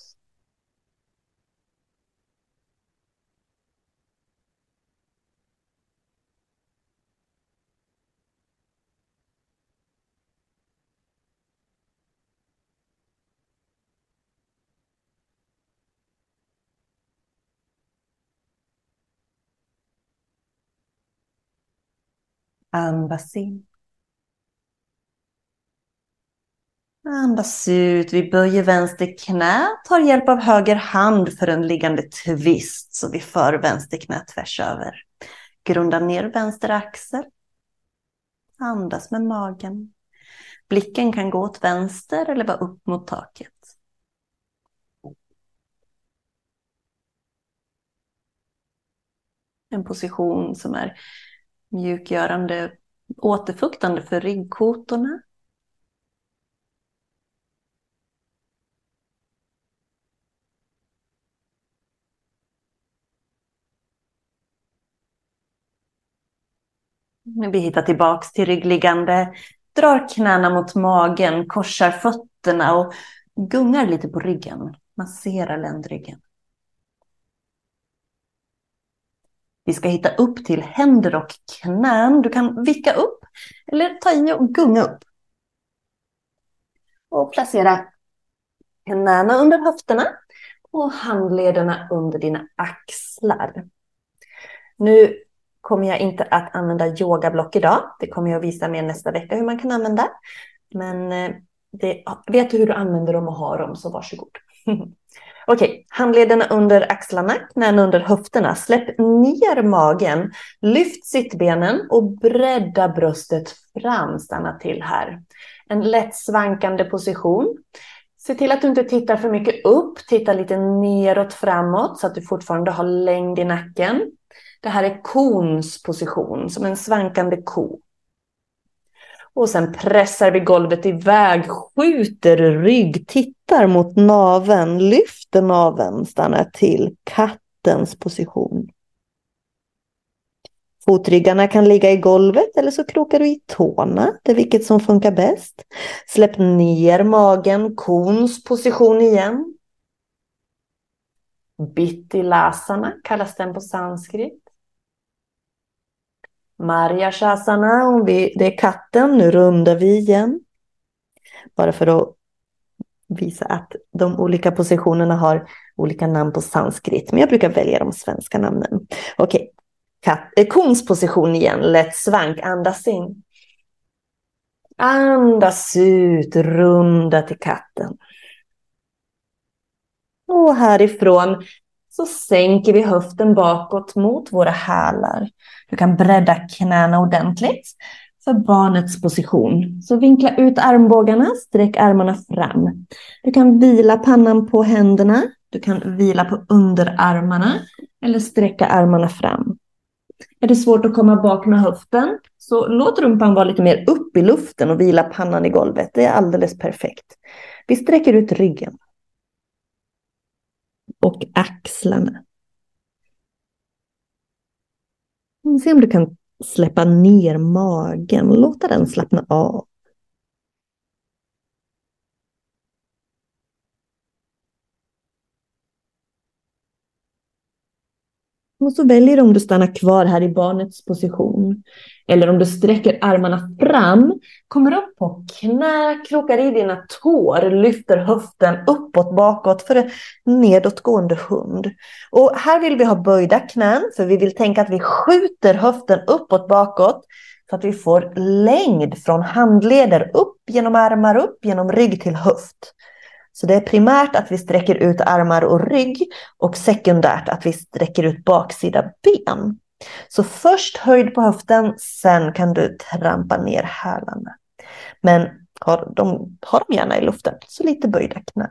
Speaker 5: Andas in. Andas ut. Vi böjer vänster knä. Tar hjälp av höger hand för en liggande twist. Så vi för vänster knä tvärs över. Grunda ner vänster axel. Andas med magen. Blicken kan gå åt vänster eller vara upp mot taket. En position som är mjukgörande, återfuktande för ryggkotorna. Vi hittar tillbaks till ryggliggande. Drar knäna mot magen, korsar fötterna och gungar lite på ryggen. Masserar ländryggen. Vi ska hitta upp till händer och knän. Du kan vicka upp eller ta i och gunga upp. Och placera knäna under höfterna och handlederna under dina axlar. Nu kommer jag inte att använda yogablock idag. Det kommer jag att visa mer nästa vecka hur man kan använda. Men det, vet du hur du använder dem och har dem, så varsågod. Okej, handlederna under axlarna, knäna under höfterna. Släpp ner magen, lyft sittbenen och bredda bröstet fram. Stanna till här. En lätt svankande position. Se till att du inte tittar för mycket upp. Titta lite neråt framåt så att du fortfarande har längd i nacken. Det här är kons position, som en svankande ko. Och sen pressar vi golvet iväg, skjuter rygg, tittar mot naveln, lyfter naveln, stannar till, kattens position. Fotryggarna kan ligga i golvet eller så krokar du i tårna, det är vilket som funkar bäst. Släpp ner magen, kons position igen. Bittilasana kallas den på sanskrit. Marjashasana, om vi, det är katten, nu rundar vi igen. Bara för att visa att de olika positionerna har olika namn på sanskrit. Men jag brukar välja de svenska namnen. Okej, okay. Kons position igen. Lätt svank, andas in. Andas ut, runda till katten. Och härifrån så sänker vi höften bakåt mot våra hälar. Du kan bredda knäna ordentligt för barnets position. Så vinkla ut armbågarna, sträck armarna fram. Du kan vila pannan på händerna. Du kan vila på underarmarna eller sträcka armarna fram. Är det svårt att komma bak med höften så låt rumpan vara lite mer upp i luften och vila pannan i golvet. Det är alldeles perfekt. Vi sträcker ut ryggen. Och axlarna. Se om du kan släppa ner magen. Låta den slappna av. Och så väljer du om du stannar kvar här i barnets position. Eller om du sträcker armarna fram. Kommer upp på knä. Krokar i dina tår. Lyfter höften uppåt bakåt för en nedåtgående hund. Och här vill vi ha böjda knän. För vi vill tänka att vi skjuter höften uppåt bakåt. Så att vi får längd från handleder upp genom armar upp genom rygg till höft. Så det är primärt att vi sträcker ut armar och rygg och sekundärt att vi sträcker ut baksida ben. Så först höjd på höften, sen kan du trampa ner hälarna. Men har de, har de gärna i luften, så lite böjda knän.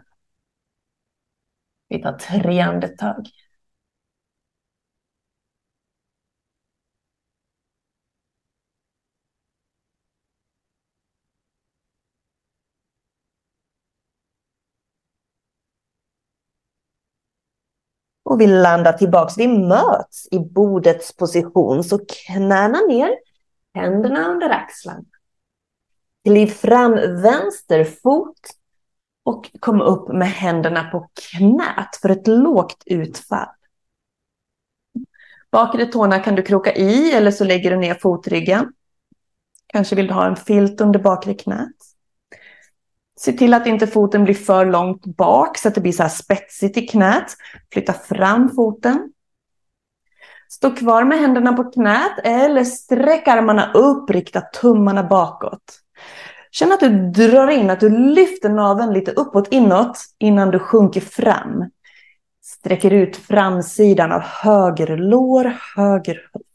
Speaker 5: Vi tar tre andetag. Och vi landar tillbaks. Vi möts i bordets position. Så knäna ner. Händerna under axlarna. Kliv fram vänster fot. Och kom upp med händerna på knät för ett lågt utfall. Bakre tårna kan du kroka i. Eller så lägger du ner fotryggen. Kanske vill du ha en filt under bakre knät. Se till att inte foten blir för långt bak så att det blir så här spetsigt i knät. Flytta fram foten. Stå kvar med händerna på knät eller sträck armarna upp, rikta tummarna bakåt. Känn att du drar in, att du lyfter naveln lite uppåt inåt innan du sjunker fram. Sträcker ut framsidan av höger lår, höger höft.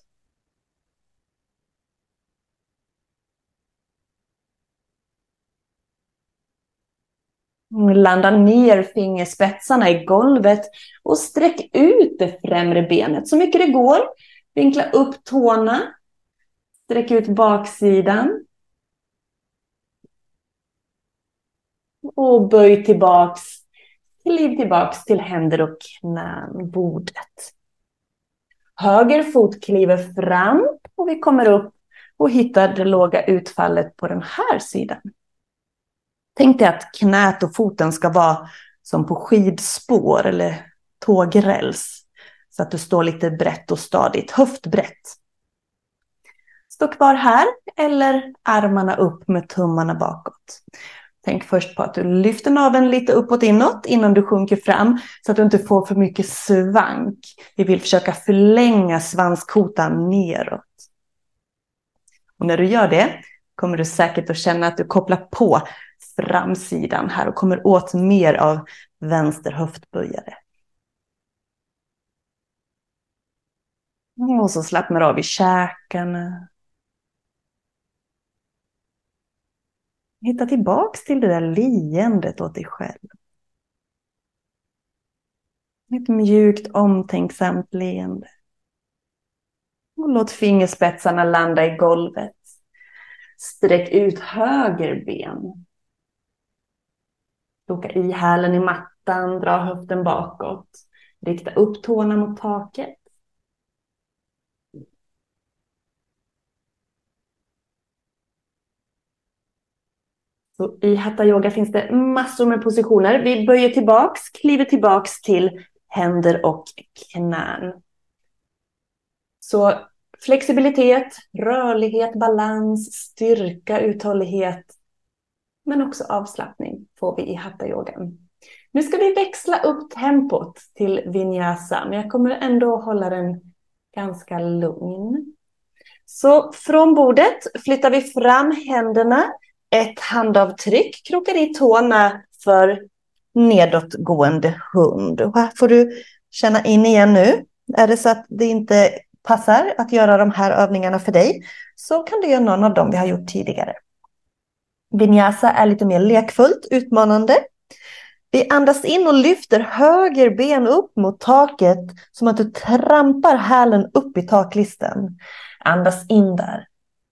Speaker 5: Landa ner fingerspetsarna i golvet och sträck ut det främre benet så mycket det går. Vinkla upp tårna. Sträck ut baksidan. Och böj tillbaks. Kliv tillbaks till händer och knän, bordet. Höger fot kliver fram och vi kommer upp och hittar det låga utfallet på den här sidan. Tänk dig att knät och foten ska vara som på skidspår eller tågräls. Så att du står lite brett och stadigt, höftbrett. Stå kvar här eller armarna upp med tummarna bakåt. Tänk först på att du lyfter naveln lite uppåt inåt innan du sjunker fram. Så att du inte får för mycket svank. Vi vill försöka förlänga svanskotan neråt. Och när du gör det kommer du säkert att känna att du kopplar på framsidan här och kommer åt mer av vänster höftböjare. Och så slappnar av i käkarna. Hitta tillbaks till det där leendet åt dig själv. Ett mjukt, omtänksamt leende. Och låt fingerspetsarna landa i golvet. Sträck ut höger ben. Loka i hälen i mattan, dra höften bakåt. Rikta upp tårna mot taket. Så i Hatha Yoga finns det massor med positioner. Vi böjer tillbaks, kliver tillbaks till händer och knän. Så flexibilitet, rörlighet, balans, styrka, uthållighet. Men också avslappning får vi i Hatha-yogan. Nu ska vi växla upp tempot till vinyasa. Men jag kommer ändå hålla den ganska lugn. Så från bordet flyttar vi fram händerna. Ett handavtryck. Krokar i tårna för nedåtgående hund. Och här får du känna in igen nu. Är det så att det inte passar att göra de här övningarna för dig, så kan du göra någon av dem vi har gjort tidigare. Vinyasa är lite mer lekfullt, utmanande. Vi andas in och lyfter höger ben upp mot taket som att du trampar hälen upp i taklisten. Andas in där.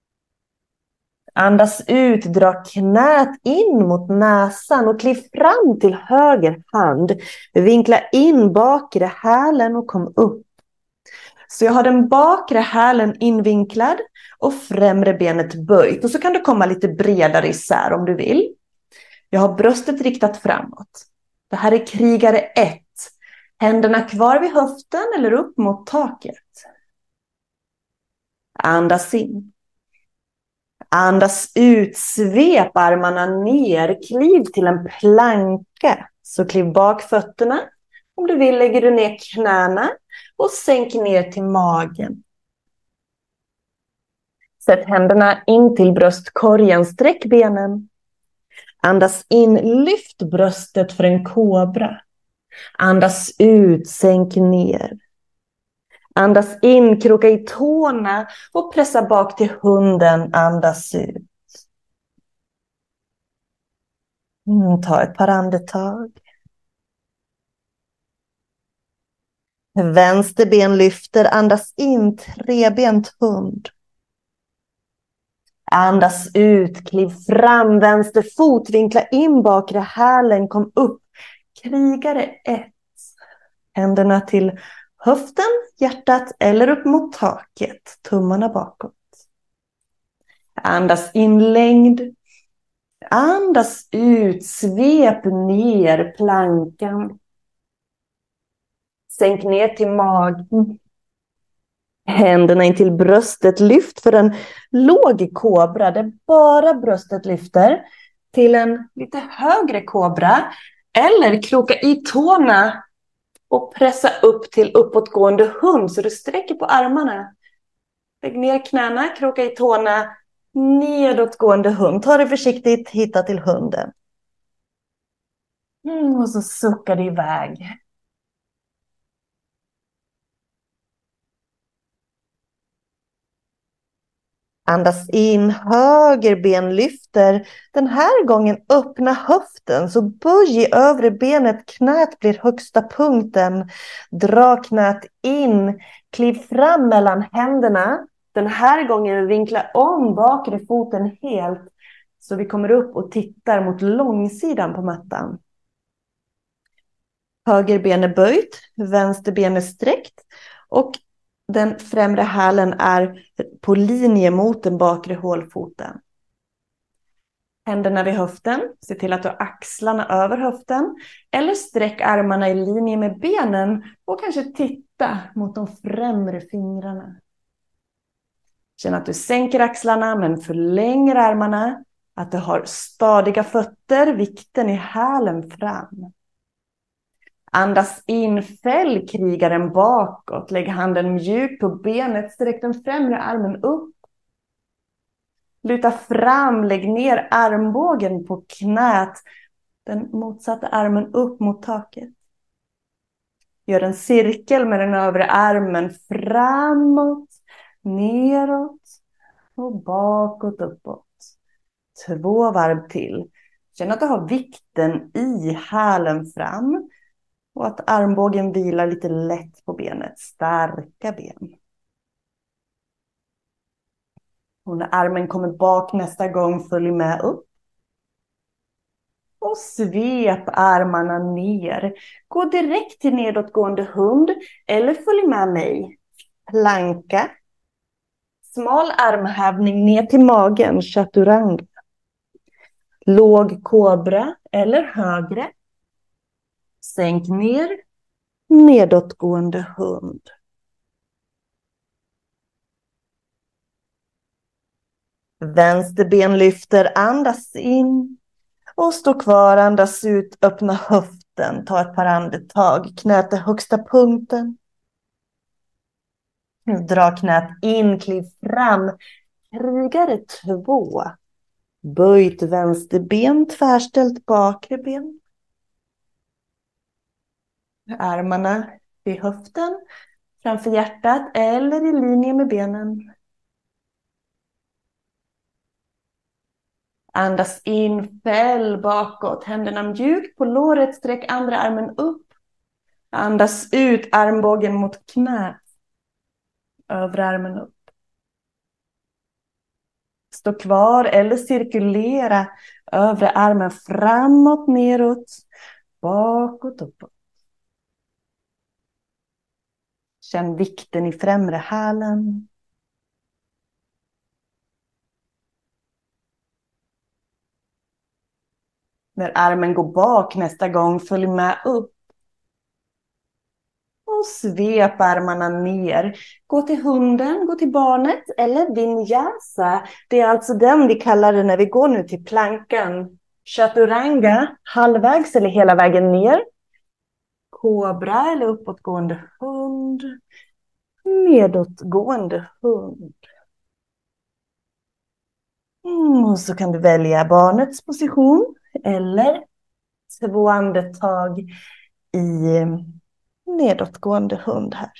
Speaker 5: Andas ut, dra knät in mot näsan och kliv fram till höger hand. Vinkla in bakre hälen och kom upp. Så jag har den bakre hälen invinklad och främre benet böjt. Och så kan du komma lite bredare isär om du vill. Jag har bröstet riktat framåt. Det här är krigare ett. Händerna kvar vid höften eller upp mot taket. Andas in. Andas ut, svep armarna ner, kliv till en planka. Så kliv bak fötterna. Om du vill lägger du ner knäna och sänk ner till magen. Sätt händerna in till bröstkorgen, sträck benen. Andas in, lyft bröstet för en kobra. Andas ut, sänk ner. Andas in, kroka i tårna och pressa bak till hunden. Andas ut. Mm, ta ett par andetag. Vänster ben lyfter, andas in, trebent hund. Andas ut, kliv fram, vänster fot, vinkla in bakre hälen, kom upp. Krigare ett. Händerna till höften, hjärtat eller upp mot taket, tummarna bakåt. Andas in längd. Andas ut, svep ner plankan. Sänk ner till magen. Händerna in till bröstet, lyft för en låg kobra där bara bröstet lyfter till en lite högre kobra. Eller kroka i tårna och pressa upp till uppåtgående hund så du sträcker på armarna. Lägg ner knäna, kroka i tårna, nedåtgående hund. Ta det försiktigt, hitta till hunden. Mm, och så suckar det iväg. Andas in, höger ben lyfter. Den här gången öppna höften, så böj i övre benet, knät blir högsta punkten. Dra knät in, kliv fram mellan händerna. Den här gången vinkla om bakre foten helt, så vi kommer upp och tittar mot långsidan på mattan. Höger ben är böjt, vänster ben är sträckt och den främre hälen är på linje mot den bakre hålfoten. Händerna vid höften. Se till att du har axlarna över höften. Eller sträck armarna i linje med benen. Och kanske titta mot de främre fingrarna. Känn att du sänker axlarna men förlänger armarna. Att du har stadiga fötter. Vikten i hälen fram. Andas in, fäll krigaren bakåt. Lägg handen mjukt på benet. Sträck den främre armen upp. Luta fram, lägg ner armbågen på knät. Den motsatta armen upp mot taket. Gör en cirkel med den övre armen framåt, neråt och bakåt, uppåt. Två varv till. Känn att du har vikten i hälen fram. Och att armbågen vilar lite lätt på benet. Starka ben. Och när armen kommer bak nästa gång, följ med upp. Och svep armarna ner. Gå direkt till nedåtgående hund. Eller följ med mig. Planka. Smal armhävning ner till magen. Chaturanga. Låg kobra eller högre. Sänk ner, nedåtgående hund. Vänster ben lyfter, andas in. Och stå kvar, andas ut, öppna höften, ta ett par andetag, knät är högsta punkten. Dra knät in, kliv fram, krigare två. Böjt vänster ben, tvärställt bakre ben. Armarna vid höften, framför hjärtat eller i linje med benen. Andas in, fäll bakåt, händerna mjukt på låret, sträck andra armen upp. Andas ut, armbågen mot knät. Övre armen upp. Stå kvar eller cirkulera övre armen framåt, neråt, bakåt, uppåt. Känn vikten i främre hälen. När armen går bak nästa gång, följ med upp. Och svep armarna ner. Gå till hunden, gå till barnet eller vinyasa. Det är alltså den vi kallar det när vi går nu till plankan. Chaturanga, halvvägs eller hela vägen ner. Kobra eller uppåtgående hund. Nedåtgående hund. Mm, och så kan du välja barnets position eller två andetag i nedåtgående hund här.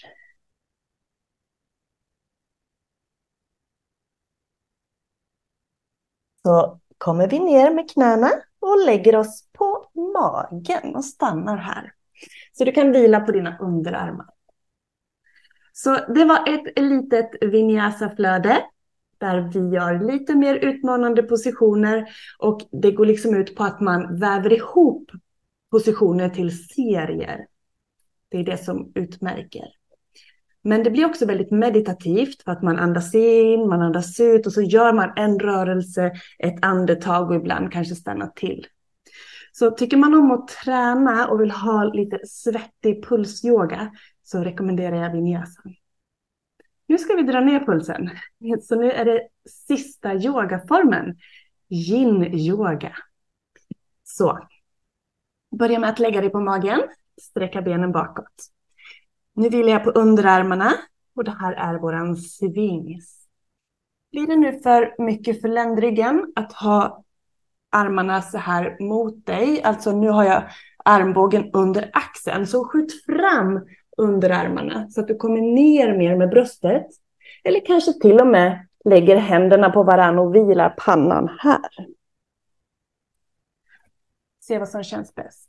Speaker 5: Så kommer vi ner med knäna och lägger oss på magen och stannar här. Så du kan vila på dina underarmar. Så det var ett litet vinyasa-flöde där vi gör lite mer utmanande positioner och det går liksom ut på att man väver ihop positioner till serier. Det är det som utmärker. Men det blir också väldigt meditativt för att man andas in, man andas ut och så gör man en rörelse, ett andetag och ibland kanske stannar till. Så tycker man om att träna och vill ha lite svettig pulsyoga så rekommenderar jag vinyasa. Nu ska vi dra ner pulsen. Så nu är det sista yogaformen, yin-yoga. Så, börja med att lägga dig på magen, sträcka benen bakåt. Nu vilar jag på underarmarna och det här är våran svings. Blir det nu för mycket för ländryggen att ha armarna så här mot dig, alltså nu har jag armbågen under axeln, så skjut fram underarmarna så att du kommer ner mer med bröstet. Eller kanske till och med lägger händerna på varann och vilar pannan här. Se vad som känns bäst.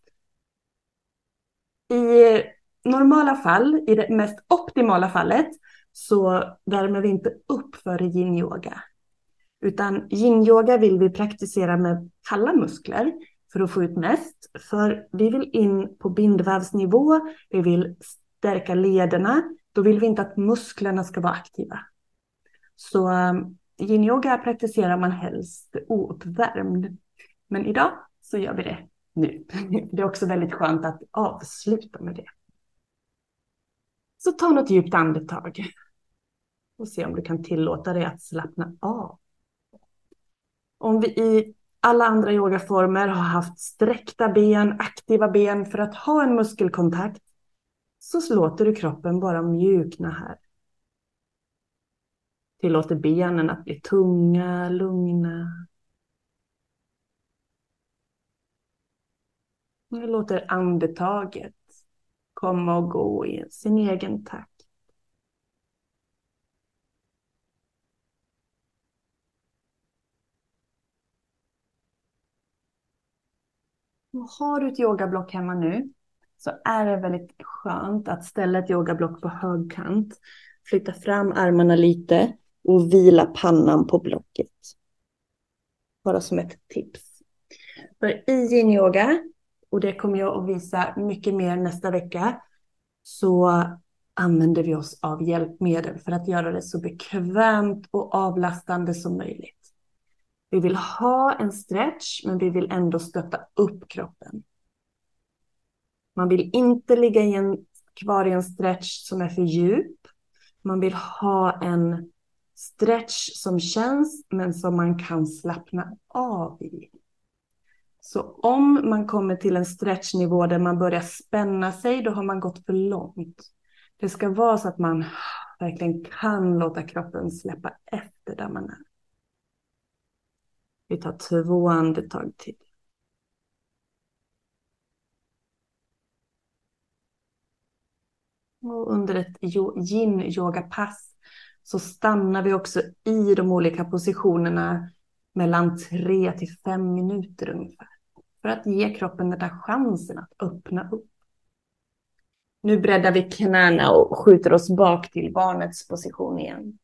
Speaker 5: I normala fall, i det mest optimala fallet, så värmer vi inte upp för yin-yoga. Utan yin-yoga vill vi praktisera med kalla muskler för att få ut mest. För vi vill in på bindvävsnivå, vi vill stärka lederna. Då vill vi inte att musklerna ska vara aktiva. Så um, yin-yoga praktiserar man helst ouppvärmd. Men idag så gör vi det nu. Det är också väldigt skönt att avsluta med det. Så ta något djupt andetag. Och se om du kan tillåta dig att slappna av. Om vi i alla andra yogaformer har haft sträckta ben, aktiva ben för att ha en muskelkontakt, så låter du kroppen bara mjukna här. Tillåter benen att bli tunga, lugna. Nu låter andetaget komma och gå i sin egen takt. Och har du ett yogablock hemma nu så är det väldigt skönt att ställa ett yogablock på högkant. Flytta fram armarna lite och vila pannan på blocket. Bara som ett tips. För i yin-yoga, och det kommer jag att visa mycket mer nästa vecka, så använder vi oss av hjälpmedel för att göra det så bekvämt och avlastande som möjligt. Vi vill ha en stretch, men vi vill ändå stötta upp kroppen. Man vill inte ligga i en, kvar i en stretch som är för djup. Man vill ha en stretch som känns, men som man kan slappna av i. Så om man kommer till en stretchnivå där man börjar spänna sig, då har man gått för långt. Det ska vara så att man verkligen kan låta kroppen släppa efter där man är. Vi tar två andetag till. Och under ett yin-yoga-pass så stannar vi också i de olika positionerna mellan tre till fem minuter ungefär. För att ge kroppen den där chansen att öppna upp. Nu breddar vi knäna och skjuter oss bak till barnets position igen.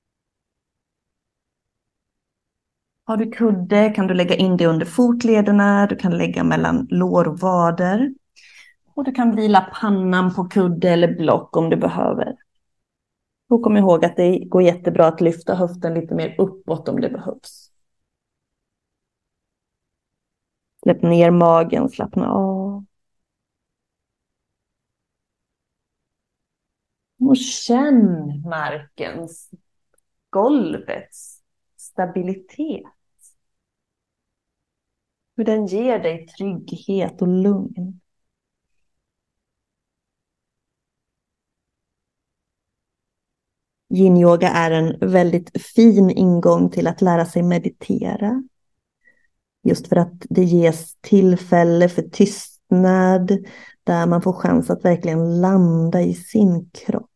Speaker 5: Har du kudde kan du lägga in det under fotlederna. Du kan lägga mellan lår och vader. Och du kan vila pannan på kudde eller block om du behöver. Och kom ihåg att det går jättebra att lyfta höften lite mer uppåt om det behövs. Släpp ner magen, slappna av. Och känn markens, golvets stabilitet. Hur den ger dig trygghet och lugn. Yin-yoga är en väldigt fin ingång till att lära sig meditera. Just för att det ges tillfälle för tystnad där man får chans att verkligen landa i sin kropp.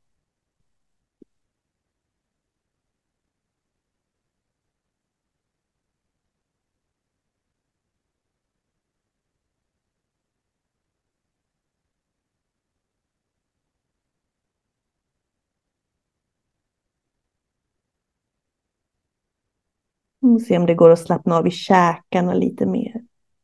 Speaker 5: Och se om det går att slappna av i käkarna lite mer.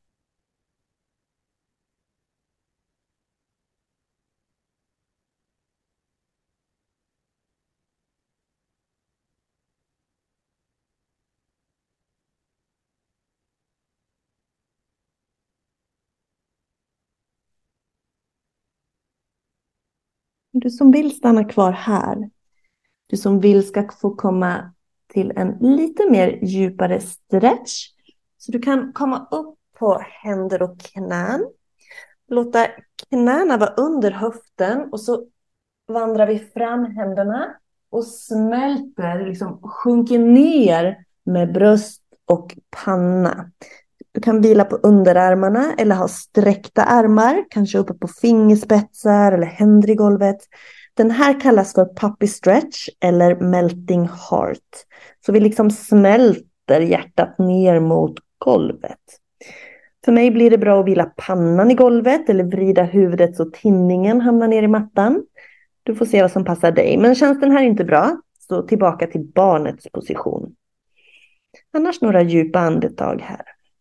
Speaker 5: Du som vill stanna kvar här. Du som vill ska få komma till en lite mer djupare stretch. Så du kan komma upp på händer och knän. Låta knäna vara under höften och så vandrar vi fram händerna och smälter, liksom sjunker ner med bröst och panna. Du kan vila på underarmarna eller ha sträckta armar, kanske uppe på fingerspetsar eller händer i golvet. Den här kallas för puppy stretch eller melting heart. Så vi liksom smälter hjärtat ner mot golvet. För mig blir det bra att vila pannan i golvet eller vrida huvudet så tinningen hamnar ner i mattan. Du får se vad som passar dig. Men känns den här inte bra, så tillbaka till barnets position. Annars några djupa andetag här.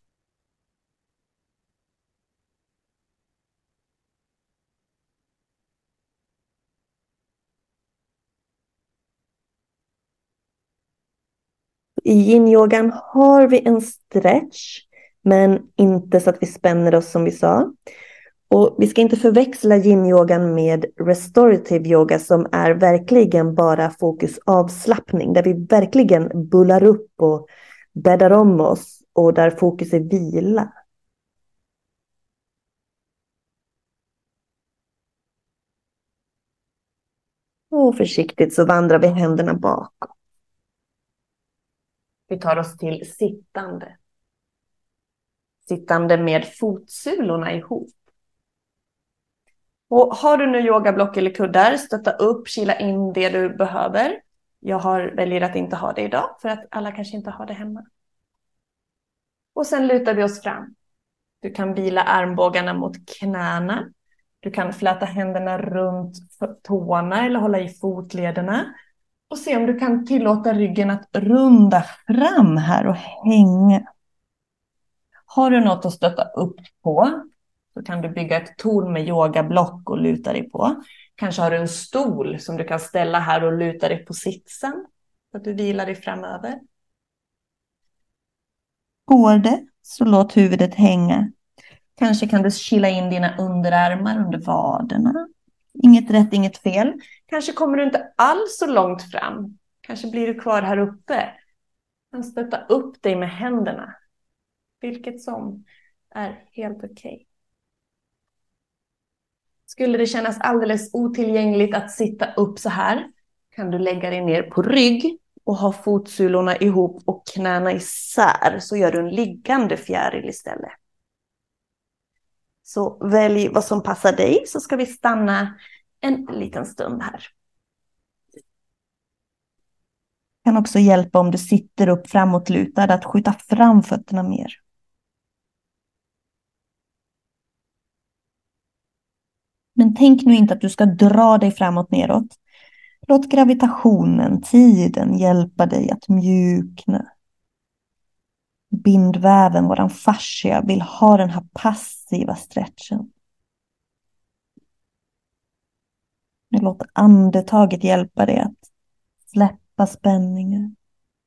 Speaker 5: I yin-yogan har vi en stretch, men inte så att vi spänner oss som vi sa. Och vi ska inte förväxla yin-yogan med restorative yoga som är verkligen bara fokus avslappning. Där vi verkligen bullar upp och bäddar om oss och där fokus är vila. Och försiktigt så vandrar vi händerna bakåt. Vi tar oss till sittande. Sittande med fotsulorna ihop. Och har du nu yogablock eller kuddar, stötta upp, kila in det du behöver. Jag har väljer att inte ha det idag för att alla kanske inte har det hemma. Och sen lutar vi oss fram. Du kan vila armbågarna mot knäna. Du kan fläta händerna runt tårna eller hålla i fotlederna. Och se om du kan tillåta ryggen att runda fram här och hänga. Har du något att stötta upp på så kan du bygga ett torn med yogablock och luta dig på. Kanske har du en stol som du kan ställa här och luta dig på sitsen. Så att du vilar dig framöver. Går det så låt huvudet hänga. Kanske kan du kila in dina underarmar under vaderna. Inget rätt, inget fel. Kanske kommer du inte alls så långt fram. Kanske blir du kvar här uppe. Men stötta upp dig med händerna. Vilket som. är helt okej. Okay. Skulle det kännas alldeles otillgängligt att sitta upp så här, kan du lägga dig ner på rygg och ha fotsulorna ihop och knäna isär, så gör du en liggande fjäril istället. Så välj vad som passar dig, så ska vi stanna en liten stund här. Det kan också hjälpa om du sitter upp framåtlutad att skjuta fram fötterna mer. Men tänk nu inte att du ska dra dig framåt neråt. Låt gravitationen, tiden hjälpa dig att mjukna. Bindväven, våran fascia, vill ha den här passiva stretchen. Låt andetaget hjälpa dig att släppa spänningen.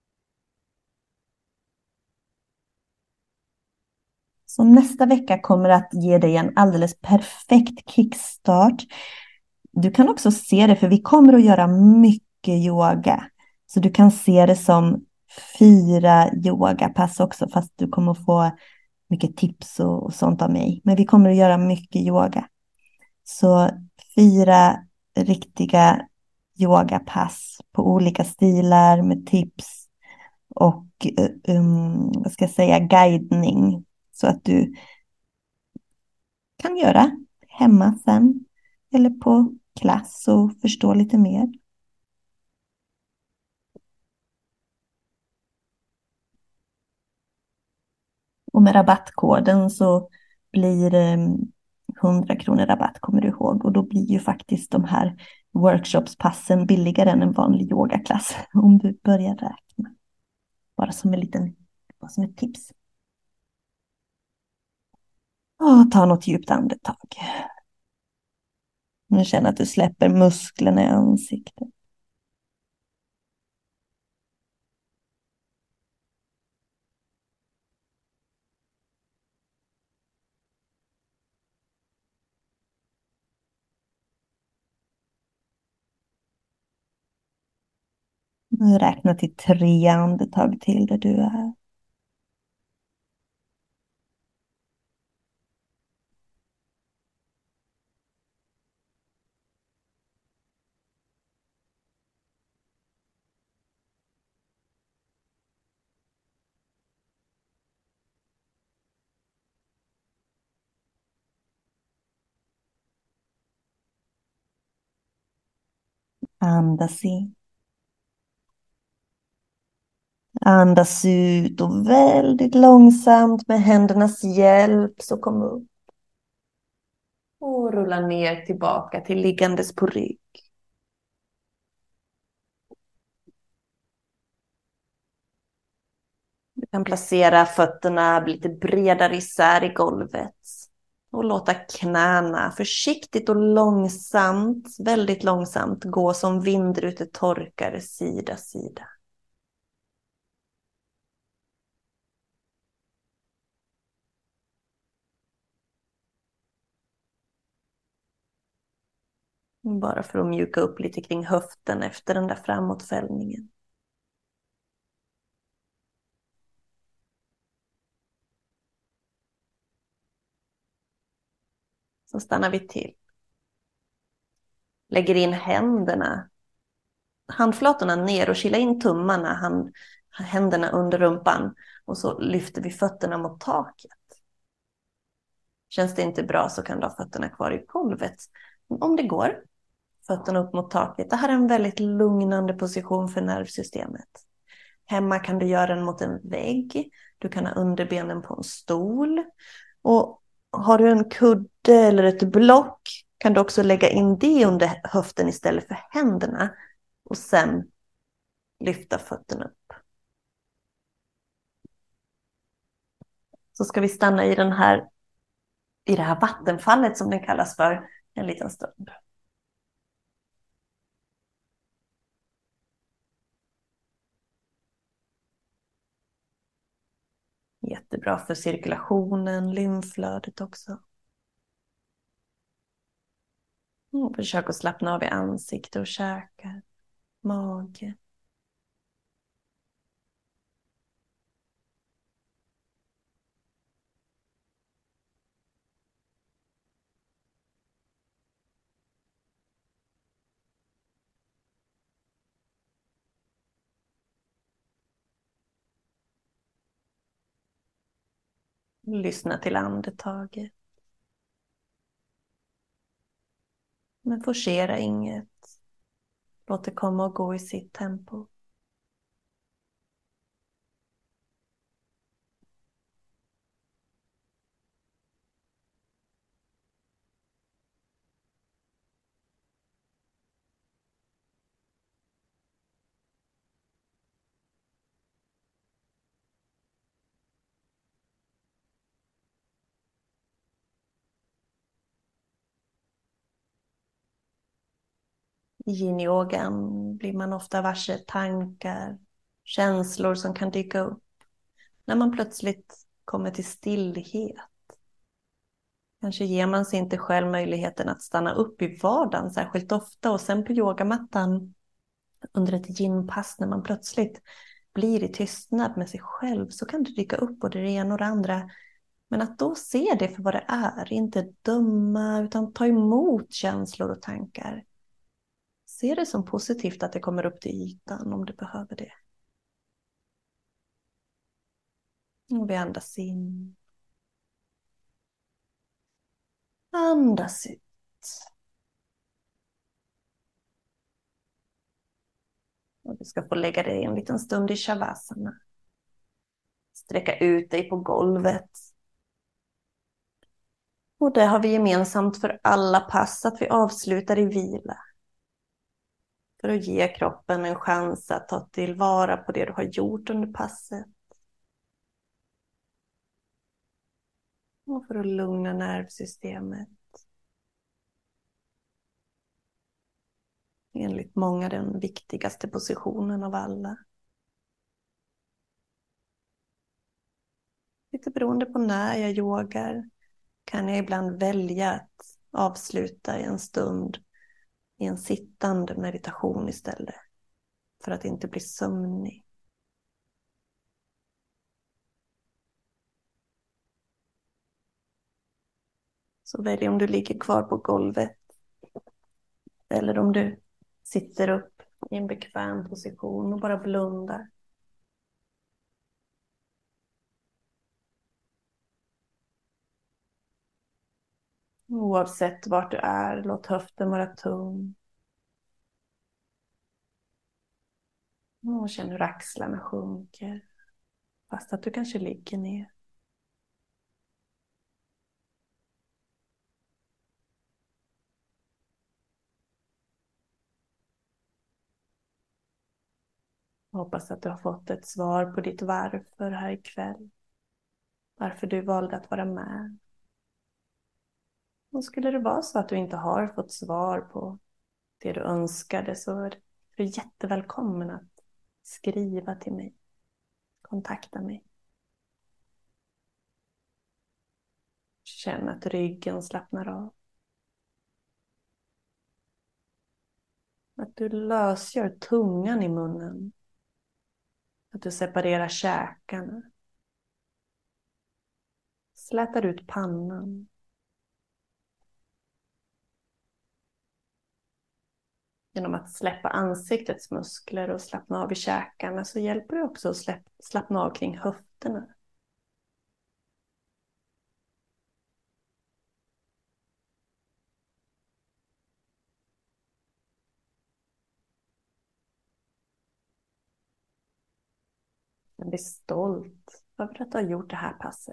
Speaker 5: Så nästa vecka kommer att ge dig en alldeles perfekt kickstart. Du kan också se det, för vi kommer att göra mycket yoga. Så du kan se det som fyra yogapass också, fast du kommer att få mycket tips och, och sånt av mig. Men vi kommer att göra mycket yoga. Så fyra riktiga yogapass på olika stilar med tips och um, vad ska jag säga, guidning. Så att du kan göra hemma sen eller på klass och förstå lite mer. Och med rabattkoden så blir det hundra kronor rabatt, kommer du ihåg. Och då blir ju faktiskt de här workshopspassen billigare än en vanlig yogaklass om du börjar räkna. Bara som en liten, bara som ett tips. Och ta något djupt andetag. Nu känner att du släpper musklerna i ansiktet. Nu räkna till tre andetag till där du är. Andas in. Andas ut och väldigt långsamt med händernas hjälp så kom upp. Och rulla ner tillbaka till liggandes på rygg. Du kan placera fötterna lite bredare isär i golvet. Och låta knäna försiktigt och långsamt, väldigt långsamt, gå som vindrutetorkare sida sida. Bara för att mjuka upp lite kring höften efter den där framåtfällningen. Så stannar vi till. Lägger in händerna, handflatorna ner och kila in tummarna, hand, händerna under rumpan. Och så lyfter vi fötterna mot taket. Känns det inte bra så kan du ha fötterna kvar i golvet. Om det går, fötterna upp mot taket. Det här är en väldigt lugnande position för nervsystemet. Hemma kan du göra den mot en vägg. Du kan ha underbenen på en stol. Och har du en kudde eller ett block kan du också lägga in det under höften istället för händerna. Och sen lyfta fötterna upp. Så ska vi stanna i den här, i det här vattenfallet som den kallas för, en liten stund. Jättebra för cirkulationen, lymflödet också. Och försök att slappna av i ansikte och käkar, mage. Lyssna till andetaget. Men forcera inget. Låt det komma och gå i sitt tempo. I yin-yogan blir man ofta varse tankar, känslor som kan dyka upp när man plötsligt kommer till stillhet. Kanske ger man sig inte själv möjligheten att stanna upp i vardagen särskilt ofta, och sen på yogamattan under ett yin-pass när man plötsligt blir i tystnad med sig själv, så kan det dyka upp både det ena och det andra. Men att då se det för vad det är, inte döma utan ta emot känslor och tankar. Se det som positivt att det kommer upp till ytan om du behöver det. Och vi andas in. Andas ut. Och du ska få lägga dig en liten stund i shavasana. Sträcka ut dig på golvet. Och det har vi gemensamt för alla pass, att vi avslutar i vila. För att ge kroppen en chans att ta tillvara på det du har gjort under passet. Och för att lugna nervsystemet. Enligt många den viktigaste positionen av alla. Lite beroende på när jag yogar kan jag ibland välja att avsluta i en stund i en sittande meditation istället. För att inte bli sömnig. Så välj om du ligger kvar på golvet. Eller om du sitter upp i en bekväm position och bara blundar. Oavsett vart du är, låt höften vara tung. Och känn hur axlarna sjunker. Fast att du kanske ligger ner. Jag hoppas att du har fått ett svar på ditt varför här ikväll. Varför du valde att vara med. Och skulle det vara så att du inte har fått svar på det du önskade, så är du jättevälkommen att skriva till mig. Kontakta mig. Känn att ryggen slappnar av. Att du lösgör tungan i munnen. Att du separerar käkarna. Slätar ut pannan. Genom att släppa ansiktets muskler och slappna av i käkarna så hjälper det också att släpp, slappna av kring höfterna. Jag blir stolt över att ha gjort det här passet.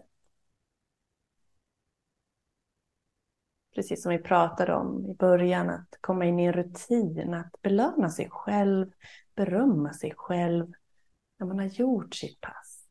Speaker 5: Precis som vi pratade om i början, att komma in i en rutin, att belöna sig själv, berömma sig själv när man har gjort sitt pass.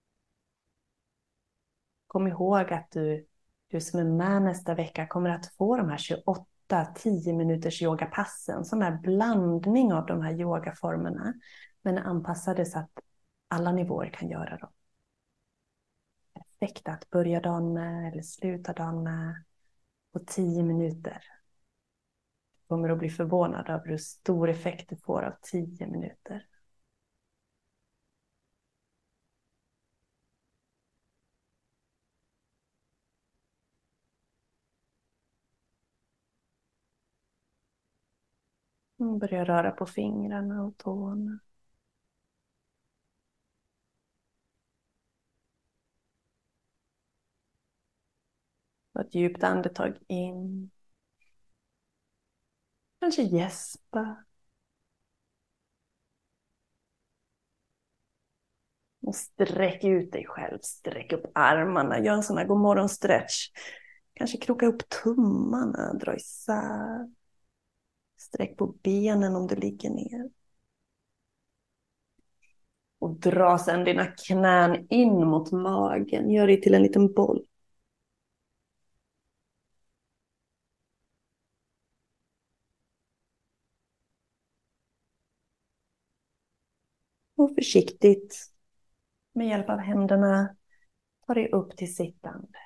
Speaker 5: Kom ihåg att du, du som är med nästa vecka kommer att få de här tjugoåtta tio minuters yogapassen som är blandning av de här yogaformerna, men anpassade så att alla nivåer kan göra dem. Perfekt att börja dagen med eller sluta dagen med. På tio minuter. Du kommer att bli förvånad över hur stor effekt du får av tio minuter. Börja röra på fingrarna och tårna. Ta ett djupt andetag in. Kanske gäspa. Och sträck ut dig själv. Sträck upp armarna. Gör en sån här godmorgon-stretch. Kanske kroka upp tummarna. Dra isär. Sträck på benen om du ligger ner. Och dra sedan dina knän in mot magen. Gör det till en liten boll. Och försiktigt med hjälp av händerna ta dig upp till sittande.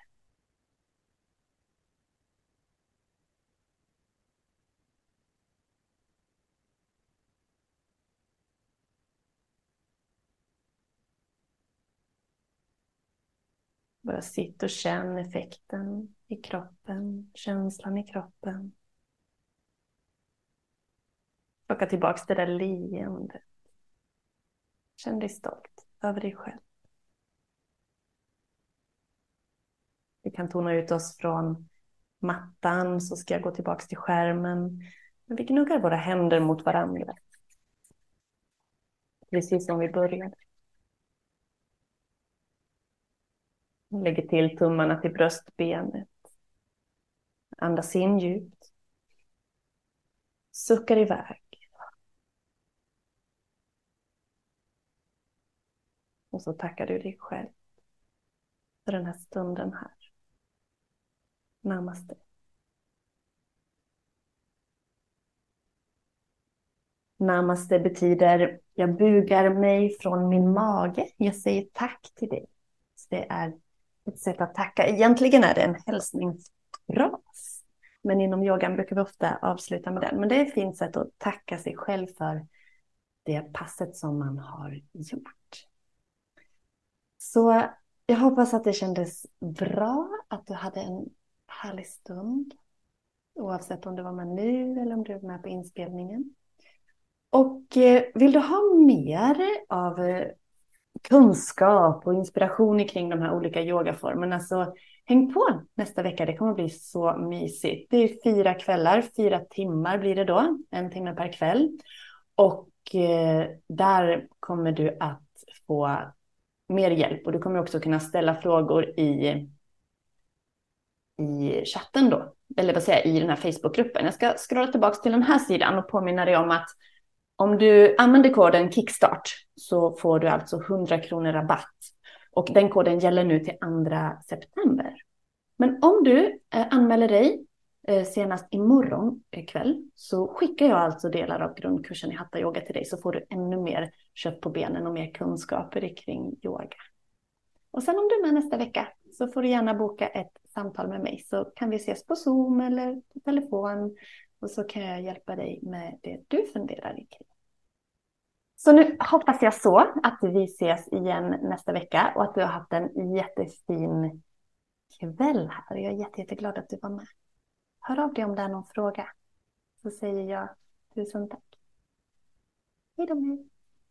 Speaker 5: Bara sitt och känn effekten i kroppen, känslan i kroppen. Plocka tillbaka det där leendet. Känn dig stolt över dig själv. Vi kan tona ut oss från mattan, så ska jag gå tillbaka till skärmen. Men vi gnuggar våra händer mot varandra. Precis som vi började. Lägger till tummarna till bröstbenet. Andas in djupt. Suckar iväg. Och så tackar du dig själv för den här stunden här. Namaste. Namaste betyder jag bugar mig från min mage. Jag säger tack till dig. Så det är ett sätt att tacka. Egentligen är det en hälsningsfras. Men inom yogan brukar vi ofta avsluta med den. Men det är ett fint sätt att tacka sig själv för det passet som man har gjort. Så jag hoppas att det kändes bra. Att du hade en härlig stund. Oavsett om du var med nu eller om du var med på inspelningen. Och vill du ha mer av kunskap och inspiration kring de här olika yogaformerna, så häng på nästa vecka. Det kommer bli så mysigt. Det är fyra kvällar, fyra timmar blir det då. En timme per kväll. Och där kommer du att få mer hjälp. Och du kommer också kunna ställa frågor i, i chatten då. Eller vad säger jag, i den här Facebookgruppen. Jag ska scrolla tillbaka till den här sidan och påminna dig om att om du använder koden Kickstart så får du alltså hundra kronor rabatt. Och den koden gäller nu till andra september. Men om du eh, anmäler dig eh, senast imorgon kväll, så skickar jag alltså delar av grundkursen i Hatha Yoga till dig. Så får du ännu mer kött på benen och mer kunskaper kring yoga. Och sen om du är med nästa vecka så får du gärna boka ett samtal med mig. Så kan vi ses på Zoom eller på telefon. Och så kan jag hjälpa dig med det du funderar kring. Så nu hoppas jag så att vi ses igen nästa vecka. Och att du har haft en jättefin kväll här. Jag är jätte, jätteglad att du var med. Hör av dig om det är någon fråga. Så säger jag tusen tack. Hej då med.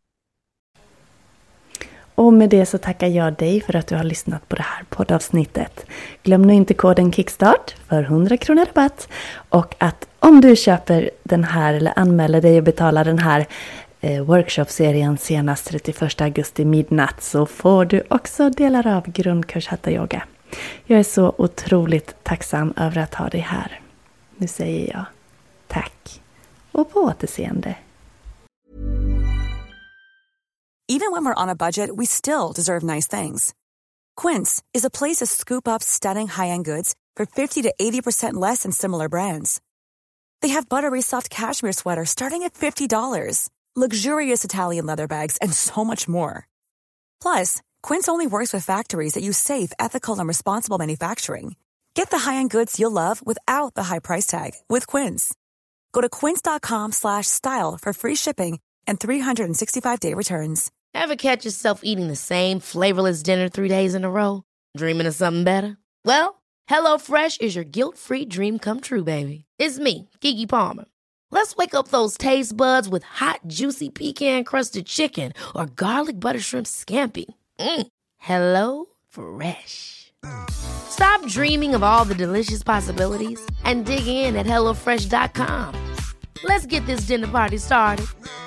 Speaker 4: Och med det så tackar jag dig för att du har lyssnat på det här poddavsnittet. Glöm nu inte koden Kickstart för hundra kronor rabatt. Och att om du köper den här eller anmäler dig och betalar den här eh, workshopserien senast trettioförsta augusti midnatt, så får du också delar av grundkurs Hatha Yoga. Jag är så otroligt tacksam över att ha dig här. Nu säger jag tack och på återseende.
Speaker 8: Even when we're on a budget, we still deserve nice things. Quince is a place to scoop up stunning high-end goods for fifty to eighty percent less than similar brands. They have buttery soft cashmere sweaters starting at fifty dollars, luxurious Italian leather bags, and so much more. Plus, Quince only works with factories that use safe, ethical, and responsible manufacturing. Get the high-end goods you'll love without the high price tag with Quince. Go to quince.com slash style for free shipping and three sixty-five day returns.
Speaker 1: Ever catch yourself eating the same flavorless dinner three days in a row? Dreaming of something better? Well, HelloFresh is your guilt-free dream come true, baby. It's me, Keke Palmer. Let's wake up those taste buds with hot, juicy pecan-crusted chicken or garlic butter shrimp scampi. Mm. Hello Fresh. Stop dreaming of all the delicious possibilities and dig in at hello fresh dot com. Let's get this dinner party started.